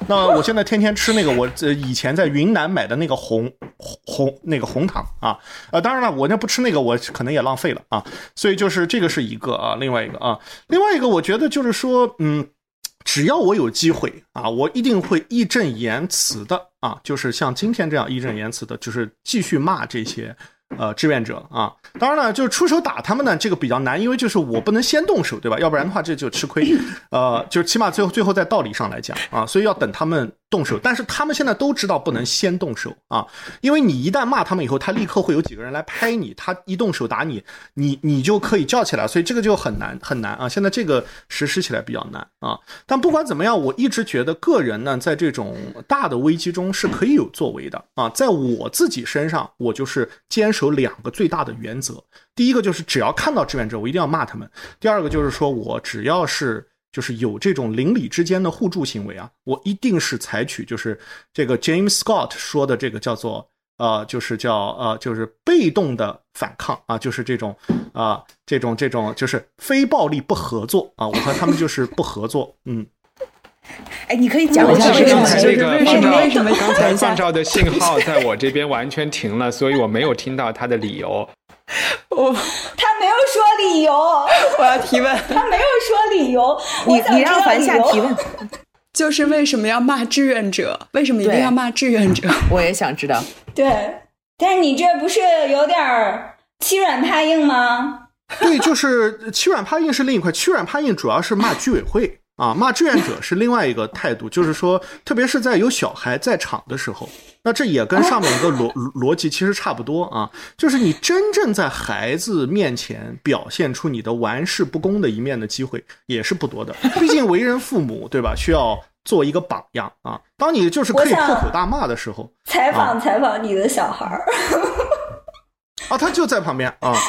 那我现在天天吃那个我以前在云南买的那个红糖啊，当然了，我那不吃那个我可能也浪费了啊，所以就是这个是一个啊，另外一个我觉得就是说只要我有机会啊，我一定会义正言辞的啊，就是像今天这样义正言辞的，就是继续骂这些志愿者啊。当然了，就是出手打他们呢，这个比较难，因为就是我不能先动手，对吧？要不然的话这就吃亏。就是起码最后在道理上来讲啊，所以要等他们动手。但是他们现在都知道不能先动手啊，因为你一旦骂他们以后，他立刻会有几个人来拍你，他一动手打你，你就可以叫起来，所以这个就很难啊。现在这个实施起来比较难啊。但不管怎么样，我一直觉得个人呢，在这种大的危机中是可以有作为的啊。在我自己身上，我就是坚守2个最大的原则。第一个就是只要看到志愿者，我一定要骂他们。第二个就是说我只要是就是有这种邻里之间的互助行为啊，我一定是采取就是这个 James Scott 说的这个叫做就是被动的反抗啊，就是这种就是非暴力不合作啊，我和他们就是不合作。 哎，你可以讲一下为什么刚才放照的信号在我这边完全停了，所以我没有听到他的理由。 他没有说理由， 我要提问。 他没有说理由， 你让樊夏提问。 就是为什么要骂志愿者？为什么一定要骂志愿者？ 我也想知道。 对，但是你这不是有点欺软怕硬吗？ 对，就是欺软怕硬是另一块，欺软怕硬主要是骂居委会啊，骂志愿者是另外一个态度，就是说特别是在有小孩在场的时候，那这也跟上面一个逻辑其实差不多啊，就是你真正在孩子面前表现出你的玩世不恭的一面的机会也是不多的，毕竟为人父母对吧，需要做一个榜样啊。当你就是可以破口大骂的时候， 采访你的小孩啊，他就在旁边啊，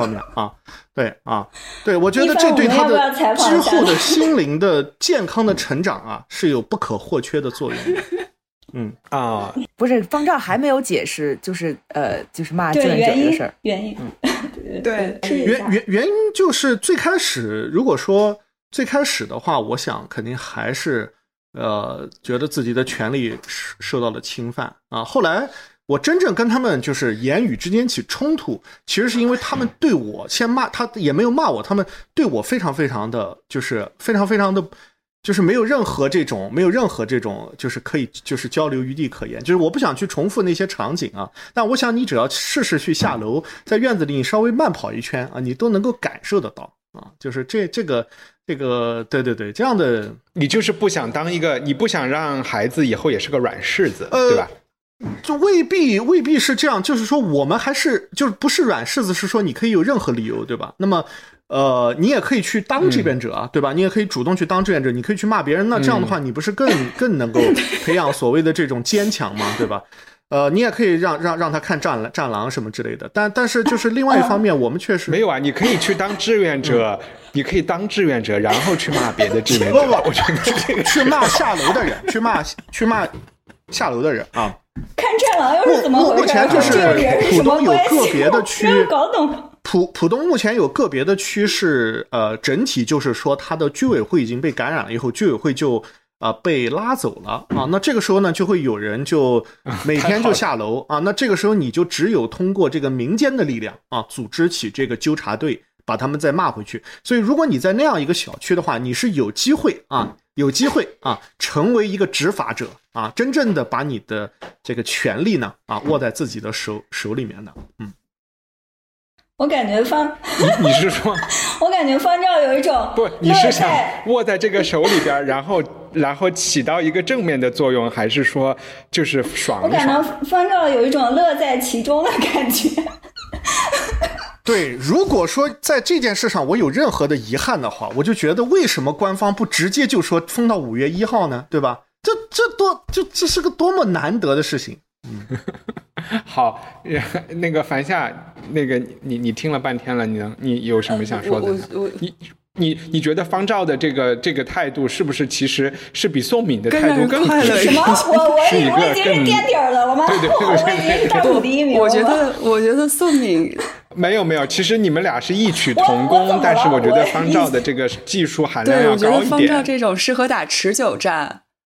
对，我觉得这对他的之后的心灵的健康的成长啊是有不可或缺的作用的。 不是，方照还没有解释，就是骂志愿者的事儿原因， 对， 原因就是最开始，如果说最开始的话，我想肯定还是觉得自己的权利受到了侵犯啊，后来。我真正跟他们就是言语之间起冲突，其实是因为他们对我先骂，他也没有骂我，他们对我非常的就是非常的就是没有任何这种就是可以就是交流余地可言，就是我不想去重复那些场景啊，但我想你只要试试去下楼，在院子里你稍微慢跑一圈啊，你都能够感受得到啊，就是这个对这样的， 你就是不想你不想让孩子以后也是个软柿子，对吧？ 就未必是这样，就是说我们还是就是不是软柿子，是说你可以有任何理由，对吧？那么你也可以去当志愿者啊，对吧？你也可以主动去当志愿者，你可以去骂别人，那这样的话你不是更能够培养所谓的这种坚强吗？对吧？你也可以让他看战狼什么之类的，但是就是另外一方面，我们确实没有啊。你可以去当志愿者，你可以当志愿者，然后去骂别的志愿者。 不，我觉得去骂下楼的人，去骂下楼的人啊。 看战狼又是怎么回事？ 目前就是浦东有个别的区， 搞懂。 浦东目前有个别的区是整体就是说他的居委会已经被感染了以后，居委会就被拉走了啊。那这个时候呢，就会有人就每天就下楼啊。那这个时候你就只有通过这个民间的力量啊，组织起这个纠察队，把他们再骂回去。所以如果你在那样一个小区的话，你是有机会成为一个执法者啊，真正的把你的这个权利呢握在自己的手里面的。 我感觉你是说？ 我感觉方照有一种不，你是想握在这个手里边，然后起到一个正面的作用，还是说就是爽一爽？ 我感觉方照有一种乐在其中的感觉。 对，如果说在这件事上我有任何的遗憾的话，我就觉得为什么官方不直接就说封到5月1号呢？对吧？这是个多么难得的事情。 好，那个樊夏，那个你听了半天了，你有什么想说的？你觉得方照的这个态度是不是其实是比宋敏的态度更快乐？什么？我已经是垫底了，我已经是倒数第一名了。 我觉得宋敏没有，其实你们俩是异曲同工，但是我觉得方照的这个技术含量要高一点。 对，我觉得方照这种适合打持久战。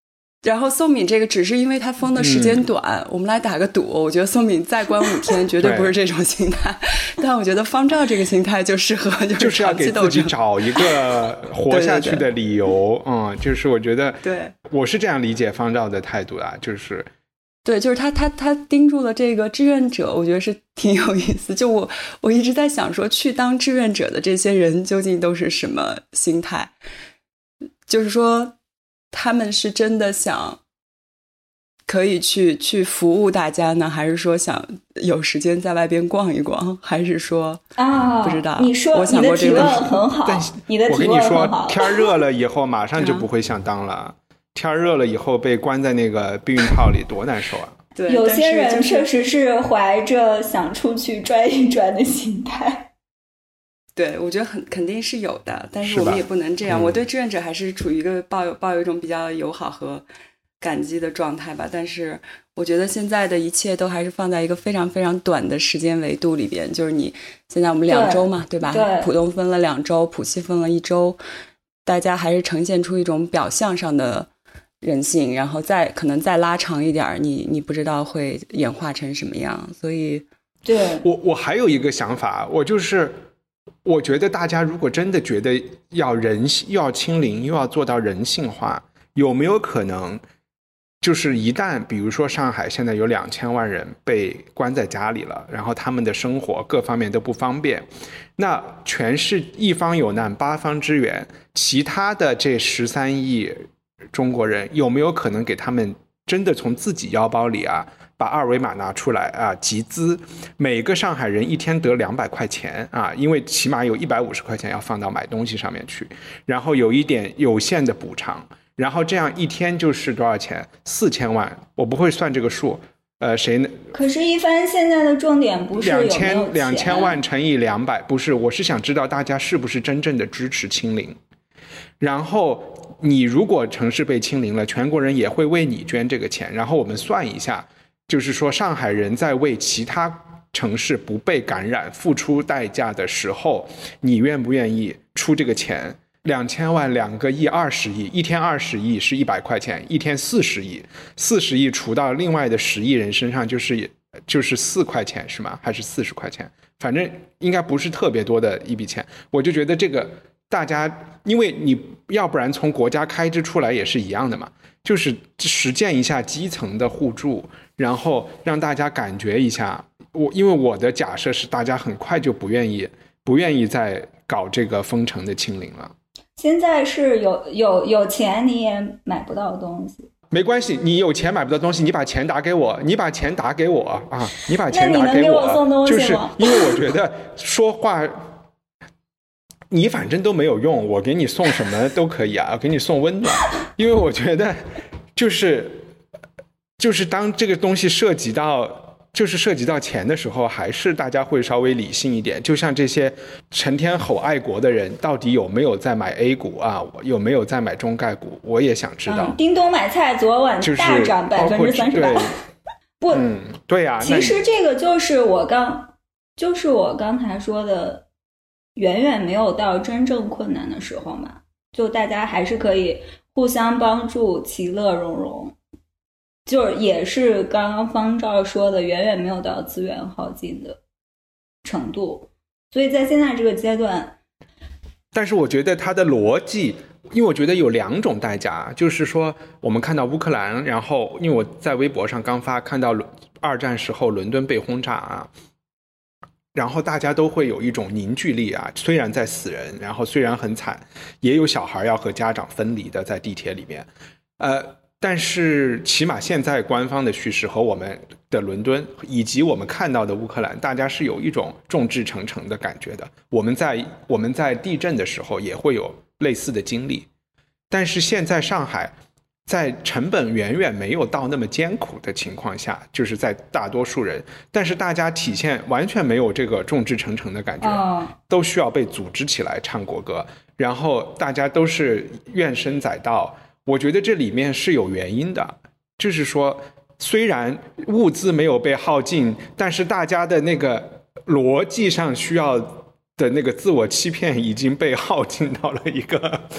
然后宋敏这个只是因为他封的时间短，我们来打个赌，我觉得宋敏再关5天绝对不是这种心态，但我觉得方丈这个心态就适合就是要给自己找一个活下去的理由。就是我觉得对， 我是这样理解方丈的态度啊，就是对，就是他盯住了这个志愿者，我觉得是挺有意思。就我一直在想说，去当志愿者的这些人究竟都是什么心态？就是说他们是真的想可以去服务大家呢，还是说想有时间在外边逛一逛，还是说不知道？ 你说我想过这个问题， 你的提问很好，你的我跟你说，天热了以后马上就不会想当了。天热了以后被关在那个避孕套里多难受啊！ 对， 有些人确实是怀着想出去转一转的心态。 对，我觉得肯定是有的，但是我们也不能这样。我对志愿者还是处于一个抱有一种比较友好和感激的状态吧。但是我觉得现在的一切都还是放在一个非常非常短的时间维度里边，就是你现在我们2周嘛，对吧？ 对， 浦东分了2周，浦西分了1周，大家还是呈现出一种表象上的人性，然后可能再拉长一点，你不知道会演化成什么样。所以对， 我还有一个想法，我觉得大家如果真的觉得要清零，又要做到人性化，有没有可能就是一旦比如说上海现在有2000万人被关在家里了，然后他们的生活各方面都不方便，那全是一方有难八方支援，其他的这13亿中国人有没有可能给他们真的从自己腰包里把2维码拿出来集资，每个上海人一天得200块钱因为起码有150块钱要放到买东西上面去，然后有一点有限的补偿，然后这样一天就是多少钱？4000万，我不会算这个数，谁呢？ 可是一帆现在的重点不是有没有钱 2000万乘以200，不是，我是想知道大家是不是真正的支持清零，然后你如果城市被清零了，全国人也会为你捐这个钱，然后我们算一下，就是说上海人在为其他城市不被感染付出代价的时候，你愿不愿意出这个钱？2000万2个亿20亿，一天20亿是100块钱，一天40亿，40亿除到另外的10亿人身上就是4块钱是吗？还是40块钱？反正应该不是特别多的一笔钱。我就觉得这个大家，因为你要不然从国家开支出来也是一样的嘛，就是实践一下基层的互助，然后让大家感觉一下。因为我的假设是大家很快就不愿意再搞这个封城的清零了。 现在是有钱你也买不到东西， 没关系，你有钱买不到东西，你把钱打给我，你把钱打给我，就是因为我觉得说话你反正都没有用，我给你送什么都可以啊，我给你送温暖，因为我觉得就是当这个东西涉及到钱的时候，还是大家会稍微理性一点。就像这些成天吼爱国的人，到底有没有在买 A 股有没有在买中概股？我也想知道。 叮咚买菜昨晚大涨38%。不， 对呀。 其实这个就是我刚才说的，远远没有到真正困难的时候嘛，就大家还是可以互相帮助，其乐融融。就也是刚刚方照说的，远远没有到资源耗尽的程度，所以在现在这个阶段， 但是我觉得它的逻辑，因为我觉得有2种代价，就是说我们看到乌克兰，然后因为我在微博上刚看到2战时候伦敦被轰炸然后大家都会有一种凝聚力虽然在死人，然后虽然很惨，也有小孩要和家长分离的在地铁里面，但是起码现在官方的叙事和我们的伦敦以及我们看到的乌克兰，大家是有一种众志成城的感觉的。我们在地震的时候也会有类似的经历，但是现在上海在成本远远没有到那么艰苦的情况下，就是在大多数人，但是大家体现完全没有这个众志成城的感觉，都需要被组织起来唱国歌，然后大家都是怨声载道。我觉得这里面是有原因的，就是说虽然物资没有被耗尽，但是大家的那个逻辑上需要的那个自我欺骗已经被耗尽到了一个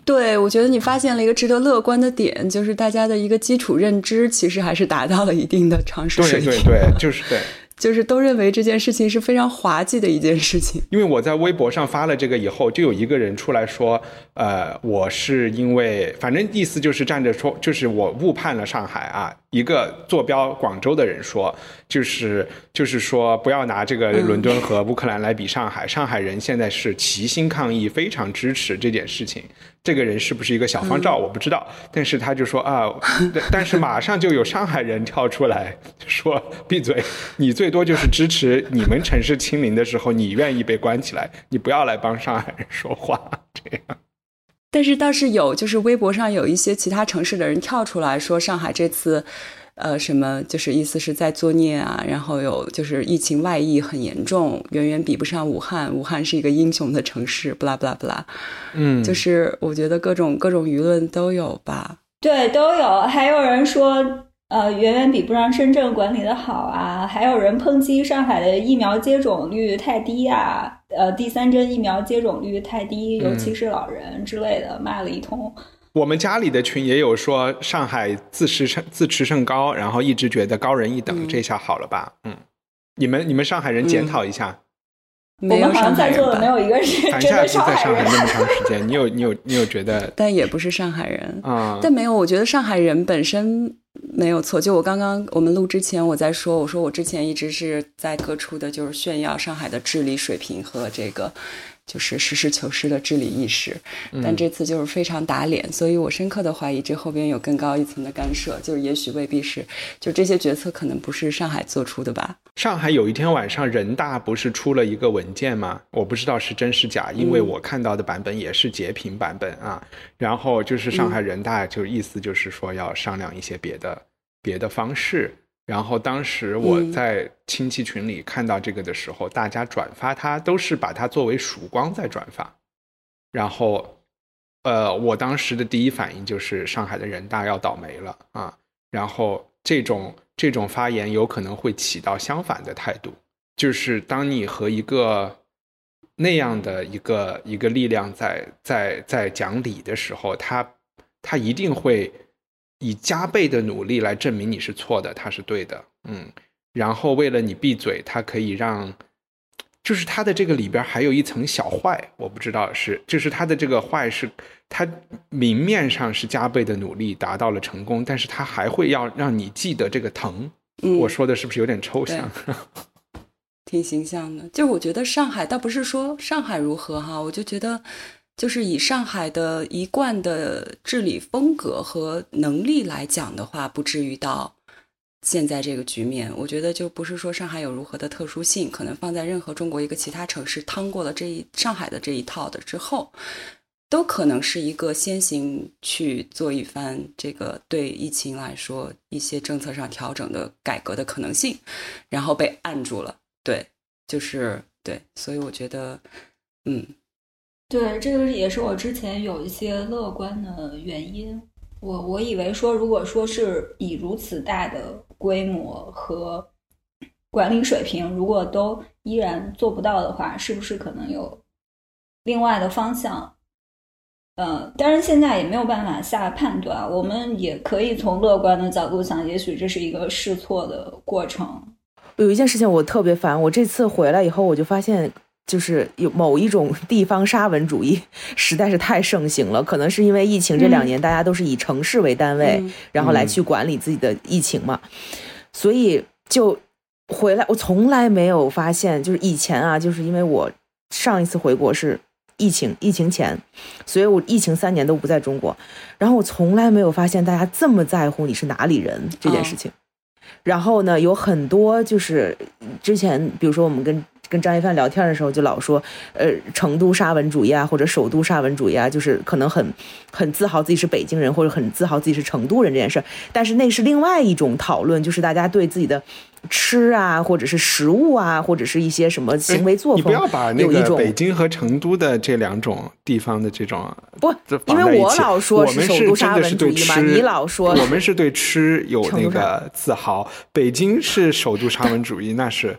对，我觉得你发现了一个值得乐观的点，就是大家的一个基础认知其实还是达到了一定的常识水平。 对，就是对。 就是都认为这件事情是非常滑稽的一件事情。 因为我在微博上发了这个以后，就有一个人出来说，我是因为反正意思就是站着说，就是我误判了上海啊。一个坐标广州的人说，就是说不要拿这个伦敦和乌克兰来比上海，上海人现在是齐心抗议，非常支持这件事情。这个人是不是一个小方兆我不知道，但是他就说啊，但是马上就有上海人跳出来说闭嘴，你最多就是支持你们城市清零的时候你愿意被关起来，你不要来帮上海人说话这样。 但是倒是有，就是微博上有一些其他城市的人跳出来说上海这次什么就是意思是在作孽啊，然后有就是疫情外溢很严重，远远比不上武汉，武汉是一个英雄的城市，不啦不啦不啦。就是我觉得各种舆论都有吧。 对，都有。还有人说远远比不上深圳管理的好啊，还有人抨击上海的疫苗接种率太低啊，第3针疫苗接种率太低，尤其是老人之类的，骂了一通。 我们家里的群也有说上海自持甚高，然后一直觉得高人一等，这下好了吧？你们上海人检讨一下。 没有上海人吧？ 我们好像在座的没有一个是真的上海人。 在上海那么长时间，你有觉得？ 但也不是上海人啊。但没有，我觉得上海人本身没有错。就我刚刚我们录之前，我说我之前一直是在各处的就是炫耀上海的治理水平和这个就是实事求是的治理意识，但这次就是非常打脸，所以我深刻的怀疑这后边有更高一层的干涉，就是也许未必是，就这些决策可能不是上海做出的吧。 上海有一天晚上人大不是出了一个文件吗？我不知道是真是假，因为我看到的版本也是截屏版本啊。然后就是上海人大就意思就是说要商量一些别的方式。然后当时我在亲戚群里看到这个的时候，大家转发它都是把它作为曙光在转发。然后我当时的第一反应就是上海的人大要倒霉了啊。然后这种发言有可能会起到相反的态度，就是当你和一个那样的一个力量在讲理的时候，他一定会以加倍的努力来证明你是错的，他是对的。然后为了你闭嘴，他可以让就是他的这个里边还有一层小坏，我不知道就是他的这个坏是他明面上是加倍的努力达到了成功，但是他还会要让你记得这个疼。我说的是不是有点抽象？ 挺形象的。就我觉得上海倒不是说上海如何哈，我就觉得就是以上海的一贯的治理风格和能力来讲的话，不至于到现在这个局面。我觉得就不是说上海有如何的特殊性，可能放在任何中国一个其他城市趟过了上海的这一套的之后，都可能是一个先行去做一番这个对疫情来说一些政策上调整的改革的可能性，然后被按住了。对，就是对，所以我觉得对，这个也是我之前有一些乐观的原因。我以为说，如果说是以如此大的规模和管理水平，如果都依然做不到的话，是不是可能有另外的方向？当然现在也没有办法下判断，我们也可以从乐观的角度想，也许这是一个试错的过程。 有一件事情我特别烦，我这次回来以后我就发现，就是有某一种地方沙文主义实在是太盛行了，可能是因为疫情这2年大家都是以城市为单位，然后来去管理自己的疫情嘛，所以就回来我从来没有发现，就是以前啊，就是因为我上一次回国是疫情前，所以我疫情3年都不在中国，然后我从来没有发现大家这么在乎你是哪里人这件事情。然后呢，有很多就是之前比如说我们跟张一帆聊天的时候就老说成都沙文主义啊，或者首都沙文主义啊，就是可能很自豪自己是北京人，或者很自豪自己是成都人这件事，但是那是另外一种讨论，就是大家对自己的吃啊，或者是食物啊，或者是一些什么行为作风， 你不要把那个北京和成都的这2种地方的这种不，因为我老说是首都沙文主义嘛，你老说我们是对吃有那个自豪，北京是首都沙文主义，那是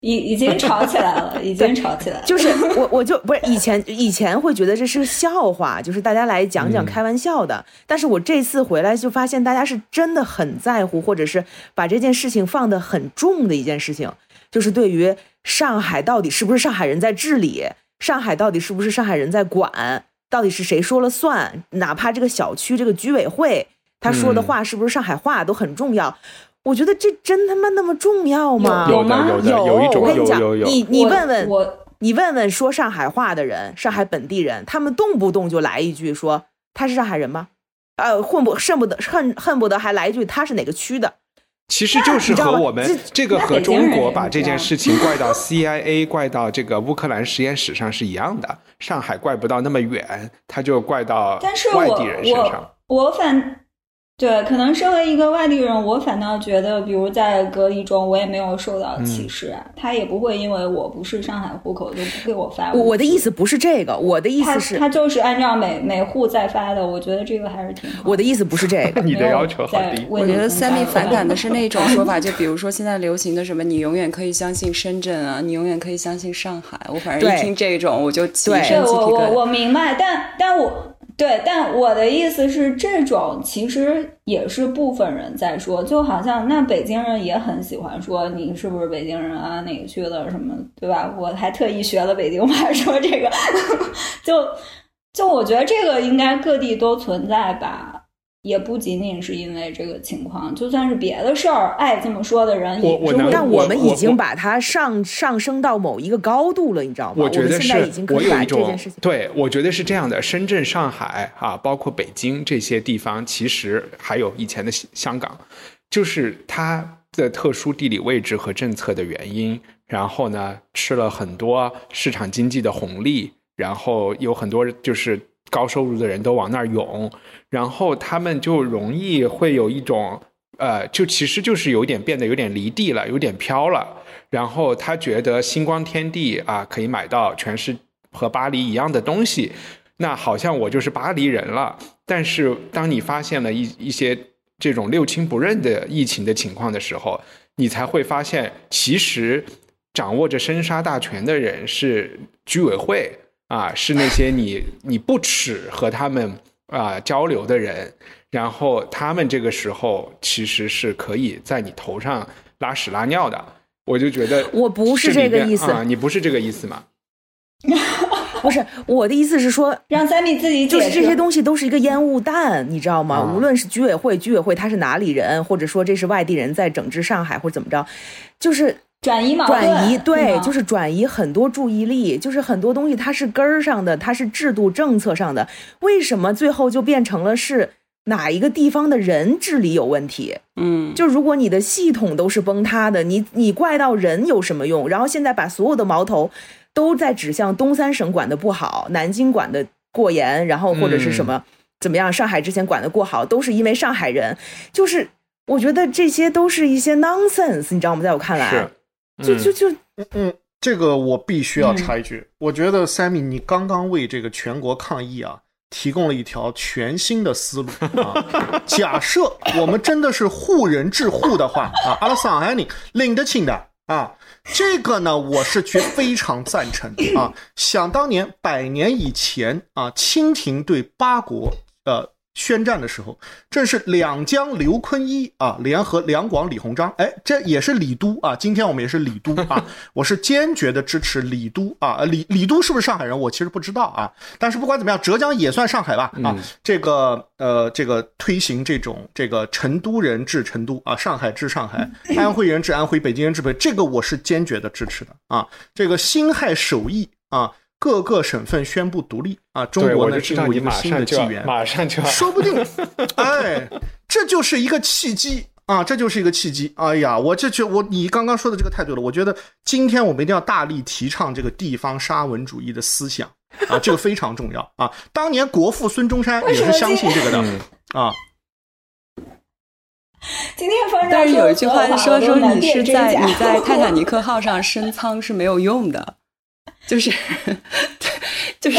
已经吵起来了，已经吵起来了。 就是我就不是以前会觉得这是个笑话，就是大家来讲讲开玩笑的。但是我这次回来就发现大家是真的很在乎，或者是把这件事情放得很重的一件事情，就是对于上海到底是不是上海人在治理，上海到底是不是上海人在管，到底是谁说了算，哪怕这个小区这个居委会他说的话是不是上海话都很重要。我觉得这真他妈那么重要吗？ 有吗？有一种， 我跟你讲，你问问说上海话的人，上海本地人，他们动不动就来一句说他是上海人吗？恨不得还来一句他是哪个区的。 其实就是和我们这个和中国把这件事情怪到 CIA 怪到这个乌克兰实验室上是一样的。上海怪不到那么远，他就怪到外地人身上。 对，可能身为一个外地人，我反倒觉得，比如在隔离中，我也没有受到歧视啊。他也不会因为我不是上海户口就不给我发。 我的意思不是这个，我的意思是， 他就是按照每户再发的。我觉得这个还是挺好。 我的意思不是这个， 你的要求好低。 我觉得Sammy反感的是那种说法，就比如说现在流行的什么，你永远可以相信深圳啊，你永远可以相信上海。我反正一听这种，我就起一身鸡皮疙瘩。 我明白，但我的意思是，这种其实也是部分人在说，就好像那北京人也很喜欢说你是不是北京人啊，哪个去了什么，对吧？我还特意学了北京话说这个，就我觉得这个应该各地都存在吧。也不仅仅是因为这个情况，就算是别的事儿，爱这么说的人也是会。 但我们已经把它上升到某一个高度了，你知道吗？ 我觉得是， 现在已经可以把这件事情。 对，我觉得是这样的。深圳、上海啊，包括北京这些地方，其实还有以前的香港，就是它的特殊地理位置和政策的原因，然后呢，吃了很多市场经济的红利，然后有很多就是高收入的人都往那儿涌，然后他们就容易会有一种就其实就是变得有点离地了，有点飘了。然后他觉得星光天地啊，可以买到全是和巴黎一样的东西，那好像我就是巴黎人了。但是当你发现了一些这种六亲不认的疫情的情况的时候，你才会发现其实掌握着生杀大权的人是居委会啊，是那些你不耻和他们交流的人，然后他们这个时候其实是可以在你头上拉屎拉尿的。我就觉得我不是这个意思你不是这个意思吗？ 不是，我的意思是说， 让Sammy自己解释， 就是这些东西都是一个烟雾弹，你知道吗？无论是居委会他是哪里人，或者说这是外地人在整治上海或者怎么着，就是转移矛盾， 对，就是转移很多注意力，就是很多东西它是根儿上的，它是制度政策上的，为什么最后就变成了是哪一个地方的人治理有问题？就如果你的系统都是崩塌的，你怪到人有什么用？然后现在把所有的矛头都在指向东三省管的不好，南京管的过严，然后或者是什么怎么样，上海之前管的过好，都是因为上海人。就是我觉得这些都是一些 nonsense， 你知道吗？在我看来， 这个我必须要插一句，我觉得 Sammy 你刚刚为这个全国抗疫提供了一条全新的思路假设我们真的是护人治户的话阿拉上海人领得清的这个呢我是非常赞成想当年100年以前清廷对八国宣战的时候，正是两江刘坤一联合两广李鸿章，这也是李都今天我们也是李都我是坚决的支持李都李都是不是上海人我其实不知道但是不管怎么样，浙江也算上海吧这个推行这个成都人治成都上海治上海，安徽人治安徽，北京人治北京，这个我是坚决的支持的这个辛亥首义各个省份宣布独立中国呢进入一个新的纪元， 马上就说不定这就是一个契机这就是一个契机。哎呀，你刚刚说的这个太对了，我觉得今天我们一定要大力提倡这个地方沙文主义的思想这个非常重要当年国父孙中山也是相信这个的今天反正但是有一句话说你在泰坦尼克号上升舱是没有用的。就是对，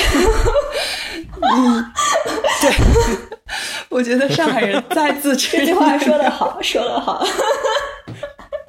我觉得上海人再自持。 这句话说得好，说得好。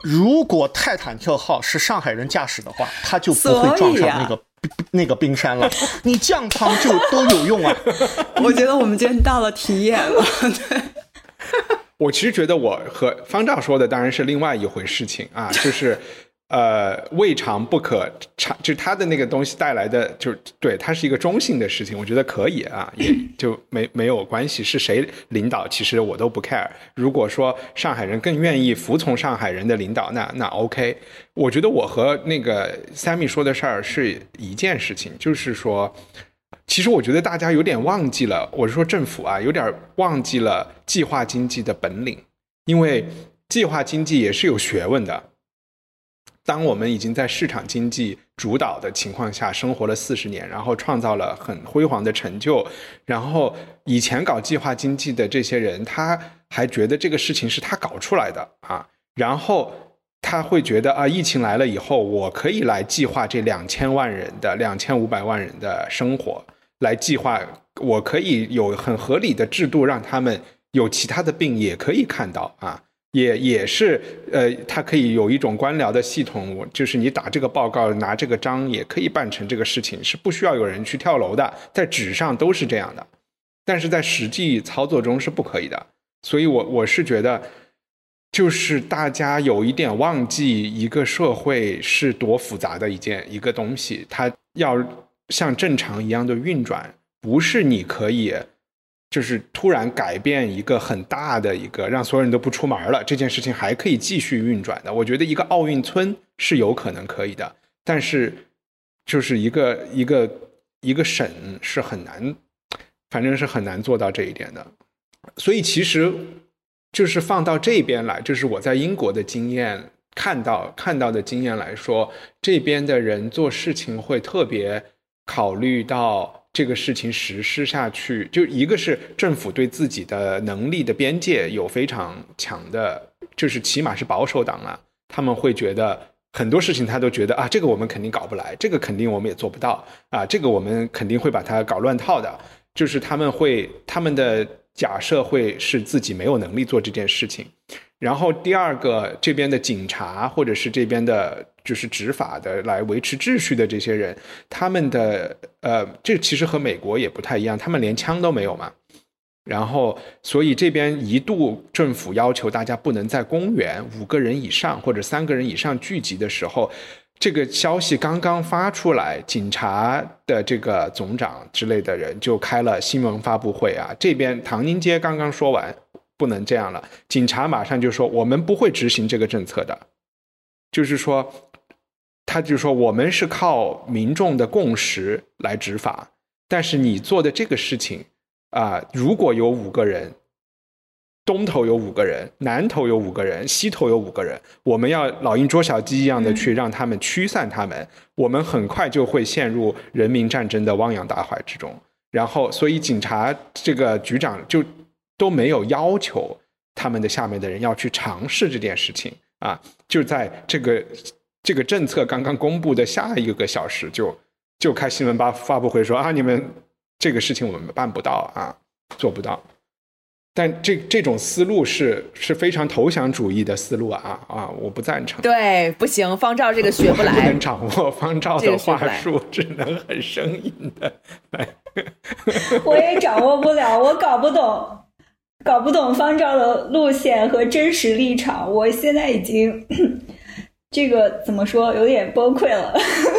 如果泰坦特号是上海人驾驶的话，他就不会撞上那个冰山了。你降舱就都有用啊。 我觉得我们今天到了体验了。对， 我其实觉得我和方丈说的当然是另外一回事情啊，就是未尝不可尝，就他的那个东西带来的，就是对它是一个中性的事情，我觉得可以啊，也就没有关系，是谁领导其实我都不 care。如果说上海人更愿意服从上海人的领导，那 OK。我觉得我和那个 Sammy 说的事儿是一件事情，就是说其实我觉得大家有点忘记了，我是说政府啊，有点忘记了计划经济的本领，因为计划经济也是有学问的。当我们已经在市场经济主导的情况下生活了40年，然后创造了很辉煌的成就，然后以前搞计划经济的这些人，他还觉得这个事情是他搞出来的啊，然后他会觉得啊，疫情来了以后，我可以来计划这2000万人的2500万人的生活，来计划，我可以有很合理的制度，让他们有其他的病也可以看到啊。也是它可以有一种官僚的系统，就是你打这个报告拿这个章也可以办成这个事情，是不需要有人去跳楼的，在纸上都是这样的，但是在实际操作中是不可以的。所以我是觉得就是大家有一点忘记一个社会是多复杂的一个东西，它要像正常一样的运转，不是你可以就是突然改变一个很大的一个让所有人都不出门了，这件事情还可以继续运转的。我觉得一个奥运村是有可能可以的，但是就是一个省是很难，反正是很难做到这一点的。所以其实就是放到这边来，就是我在英国的经验看到的经验来说，这边的人做事情会特别考虑到这个事情实施下去，就一个是政府对自己的能力的边界有非常强的，就是起码是保守党啊，他们会觉得很多事情他都觉得啊，这个我们肯定搞不来，这个肯定我们也做不到啊，这个我们肯定会把它搞乱套的，就是他们的假设会是自己没有能力做这件事情。然后第二个，这边的警察或者是这边的就是执法的来维持秩序的这些人，他们的这其实和美国也不太一样，他们连枪都没有嘛。然后所以这边一度政府要求大家不能在公园5个人以上或者3个人以上聚集的时候，这个消息刚刚发出来，警察的这个总长之类的人就开了新闻发布会啊。这边唐宁街刚刚说完不能这样了，警察马上就说我们不会执行这个政策的，就是说他就说我们是靠民众的共识来执法，但是你做的这个事情如果有5个人，东头有5个人，南头有5个人，西头有5个人，我们要老鹰捉小鸡一样的去让他们驱散他们，我们很快就会陷入人民战争的汪洋大海之中。然后所以警察这个局长就都没有要求他们的下面的人要去尝试这件事情啊，就在这个政策刚刚公布的下一个小时就开新闻发布会说啊，你们这个事情我们办不到啊，做不到。但这种思路是非常投降主义的思路啊，我不赞成。 对，不行，方丈这个学不来， 不能掌握方丈的话术，只能很生硬的来。 我也掌握不了，我搞不懂方丈的路线和真实立场，我现在已经这个怎么说，有点崩溃了。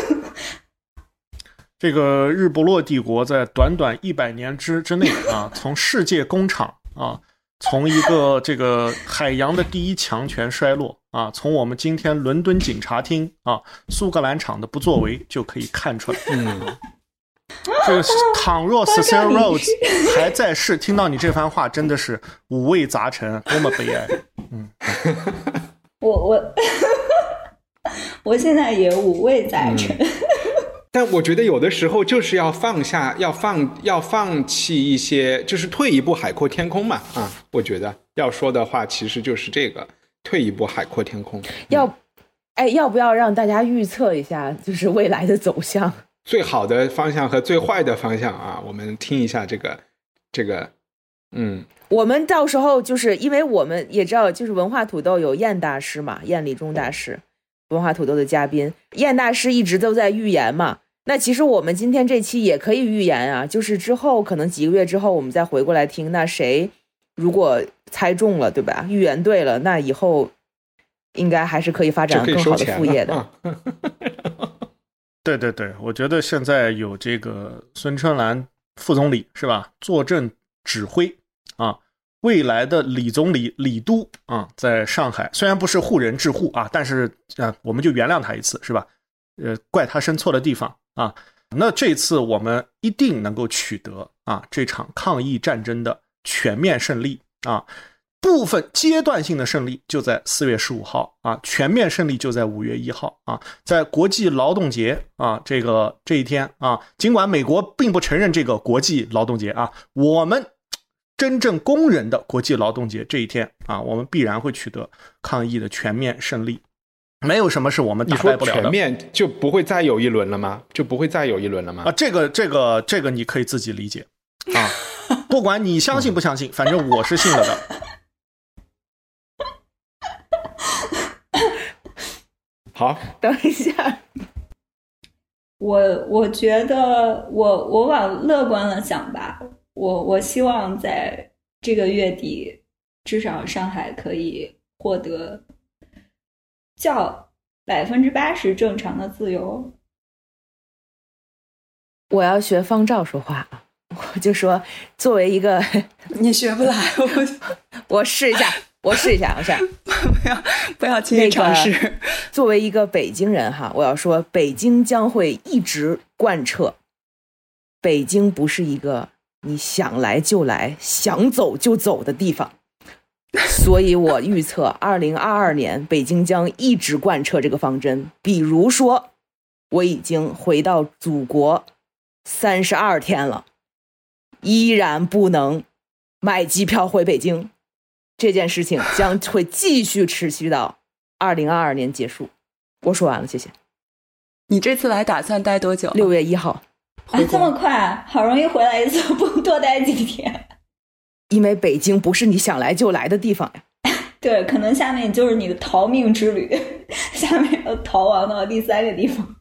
这个日不落帝国在短短100年之内啊，从世界工厂啊，从一个这个海洋的第一强权衰落啊，从我们今天伦敦警察厅啊，苏格兰场的不作为就可以看出来。这个倘若 Cecil Rhodes 还在世，听到你这番话，真的是五味杂陈，多么悲哀。 我现在也五味杂陈。 但我觉得有的时候就是要放下，要放弃一些，就是退一步海阔天空嘛啊！我觉得要说的话其实就是这个，退一步海阔天空。 要不要让大家预测一下，就是未来的走向？最好的方向和最坏的方向啊，我们听一下这个我们到时候就是因为我们也知道，就是文化土豆有燕大师嘛，燕礼中大师，文化土豆的嘉宾，燕大师一直都在预言嘛。那其实我们今天这期也可以预言啊，就是之后可能几个月之后我们再回过来听，那谁如果猜中了，对吧？预言对了，那以后应该还是可以发展更好的副业的。 对对对，我觉得现在有这个孙春兰副总理是吧，坐镇指挥啊，未来的李总理李都啊，在上海虽然不是护人治护啊，但是我们就原谅他一次是吧？怪他生错的地方啊。那这次我们一定能够取得啊这场抗疫战争的全面胜利啊。部分阶段性的胜利就在4月15号啊，全面胜利就在5月1号啊，在国际劳动节啊这一天啊，尽管美国并不承认这个国际劳动节啊，我们真正工人的国际劳动节这一天啊，我们必然会取得抗疫的全面胜利，没有什么是我们打败不了的。 你说全面就不会再有一轮了吗？就不会再有一轮了吗？ 啊，这个你可以自己理解啊，不管你相信不相信，反正我是信了的。 好， 等一下， 我觉得我往乐观了想吧，我希望在这个月底，至少上海可以获得较80%正常的自由。 我要学方丈说话，我就说，作为一个你学不来， 我试一下。我试一下， 不要轻易尝试。 作为一个北京人哈，我要说，北京将会一直贯彻，北京不是一个你想来就来、想走就走的地方，所以我预测2022年北京将一直贯彻这个方针。比如说，我已经回到祖国32天了，依然不能买机票回北京。这件事情将会继续持续到2022年结束。我说完了，谢谢。 你这次来打算待多久 ？6月1号。 啊，这么快？好容易回来一次，不多待几天？ 因为北京不是你想来就来的地方呀。 对，可能下面就是你的逃命之旅，下面要逃亡到第3个地方。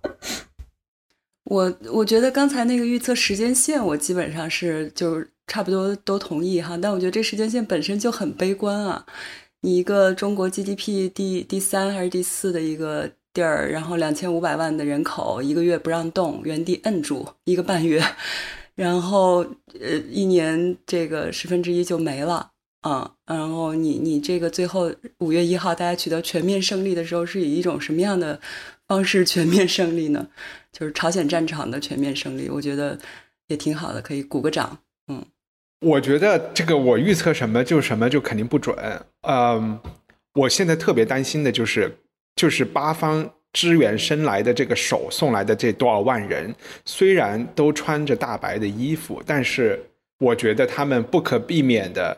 我觉得刚才那个预测时间线，我基本上是就是差不多都同意哈，但我觉得这时间线本身就很悲观啊。你一个中国 GDP 第3还是第4的一个地儿，然后2500万的人口，1个月不让动，原地摁住1个半月，然后1年这个1/10就没了啊。然后你这个最后5月1号大家取得全面胜利的时候，是以一种什么样的方式全面胜利呢？就是朝鲜战场的全面胜利，我觉得也挺好的，可以鼓个掌。 我觉得这个我预测什么就肯定不准。我现在特别担心的就是八方支援伸来的这个手送来的这多少万人，虽然都穿着大白的衣服，但是我觉得他们不可避免的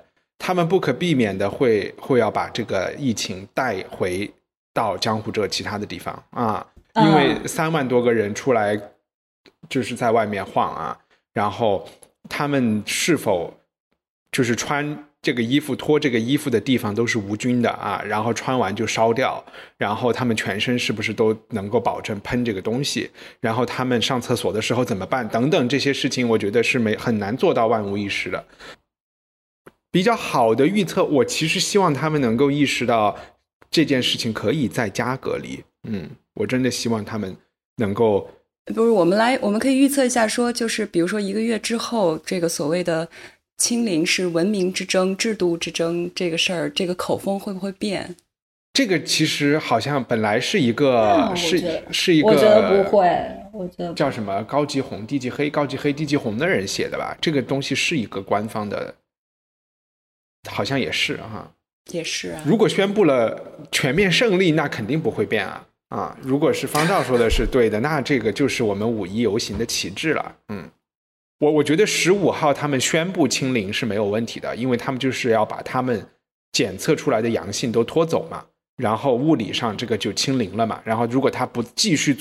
会要把这个疫情带回到江湖这其他的地方啊，因为3万多个人出来就是在外面晃啊，然后他们是否就是穿这个衣服脱这个衣服的地方都是无菌的啊，然后穿完就烧掉，然后他们全身是不是都能够保证喷这个东西，然后他们上厕所的时候怎么办等等，这些事情我觉得是很难做到万无一失的。比较好的预测，我其实希望他们能够意识到这件事情可以在家隔离。我真的希望他们能够， 不是我们可以预测一下说，就是比如说1个月之后，这个所谓的清零是文明之争、制度之争这个事儿，这个口风会不会变？ 这个其实好像本来是一个是一个， 我觉得不会，我觉得叫什么高级红低级黑高级黑低级红的人写的吧，这个东西是一个官方的，好像也是哈， 也是啊。 如果宣布了全面胜利，那肯定不会变啊。如果是方丈说的是对的，那这个就是我们5·1游行的旗帜了。我觉得15号他们宣布清零是没有问题的，因为他们就是要把他们检测出来的阳性都拖走嘛，然后物理上这个就清零了嘛。然后如果他不继续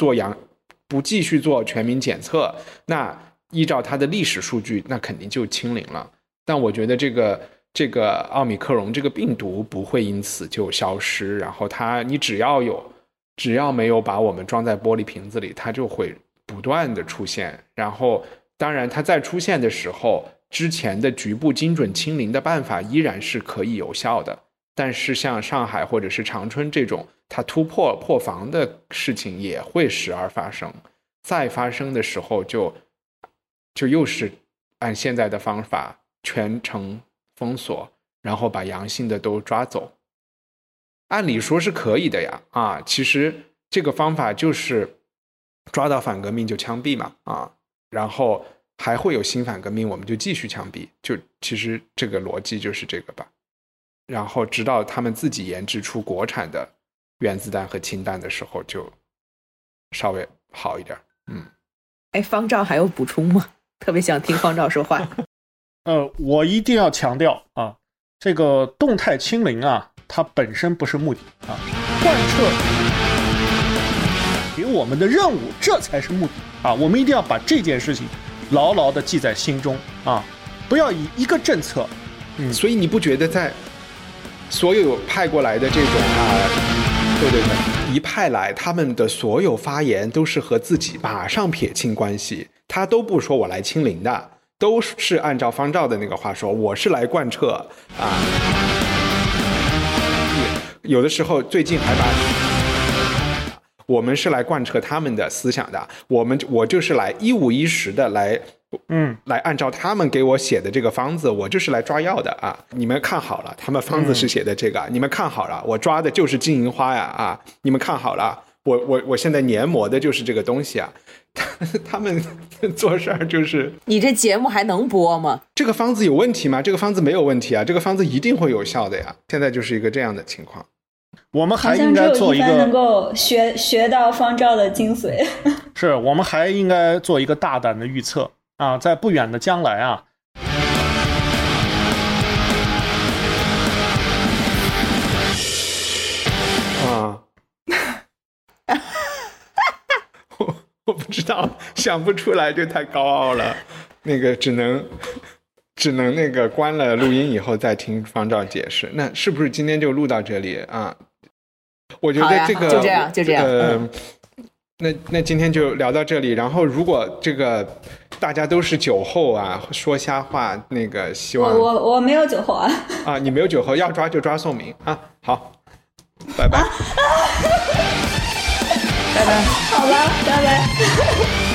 做全民检测，那依照他的历史数据，那肯定就清零了。 但我觉得这个奥密克戎这个病毒不会因此就消失，然后你只要没有把我们装在玻璃瓶子里，它就会不断的出现。然后当然它在出现的时候，之前的局部精准清零的办法依然是可以有效的，但是像上海或者是长春这种它破防的事情也会时而发生，再发生的时候就又是按现在的方法全程封锁，然后把阳性的都抓走。按理说是可以的呀，其实这个方法就是抓到反革命就枪毙嘛，然后还会有新反革命我们就继续枪毙，就其实这个逻辑就是这个吧。然后直到他们自己研制出国产的原子弹和氢弹的时候就稍微好一点。 方丈还有补充吗？特别想听方丈说话。 我一定要强调啊，这个动态清零啊，它本身不是目的啊，贯彻给我们的任务，这才是目的啊！我们一定要把这件事情牢牢地记在心中啊，不要以一个政策。 所以你不觉得在所有派过来的这种对，一派来，他们的所有发言都是和自己马上撇清关系，他都不说我来清零的，都是按照方丈的那个话说，我是来贯彻有的时候最近还把我们是来贯彻他们的思想的，我就是来一五一十的来按照他们给我写的这个方子，我就是来抓药的你们看好了，他们方子是写的这个，你们看好了，我抓的就是金银花呀你们看好了，我现在研磨的就是这个东西他们做事儿就是。 你这节目还能播吗？ 这个方子有问题吗？这个方子没有问题这个方子一定会有效的呀。现在就是一个这样的情况。 我们还应该做一个能够学到方丈的精髓。 是，我们还应该做一个大胆的预测在不远的将来我不知道，想不出来就太高傲了，那个只能那个关了录音以后再听方丈解释。那是不是今天就录到这里我觉得这个就这样那今天就聊到这里。然后如果这个大家都是酒后说瞎话，那个希望我没有酒后你没有酒后，要抓就抓宋明好，拜拜。 拜拜。 好吧，拜拜。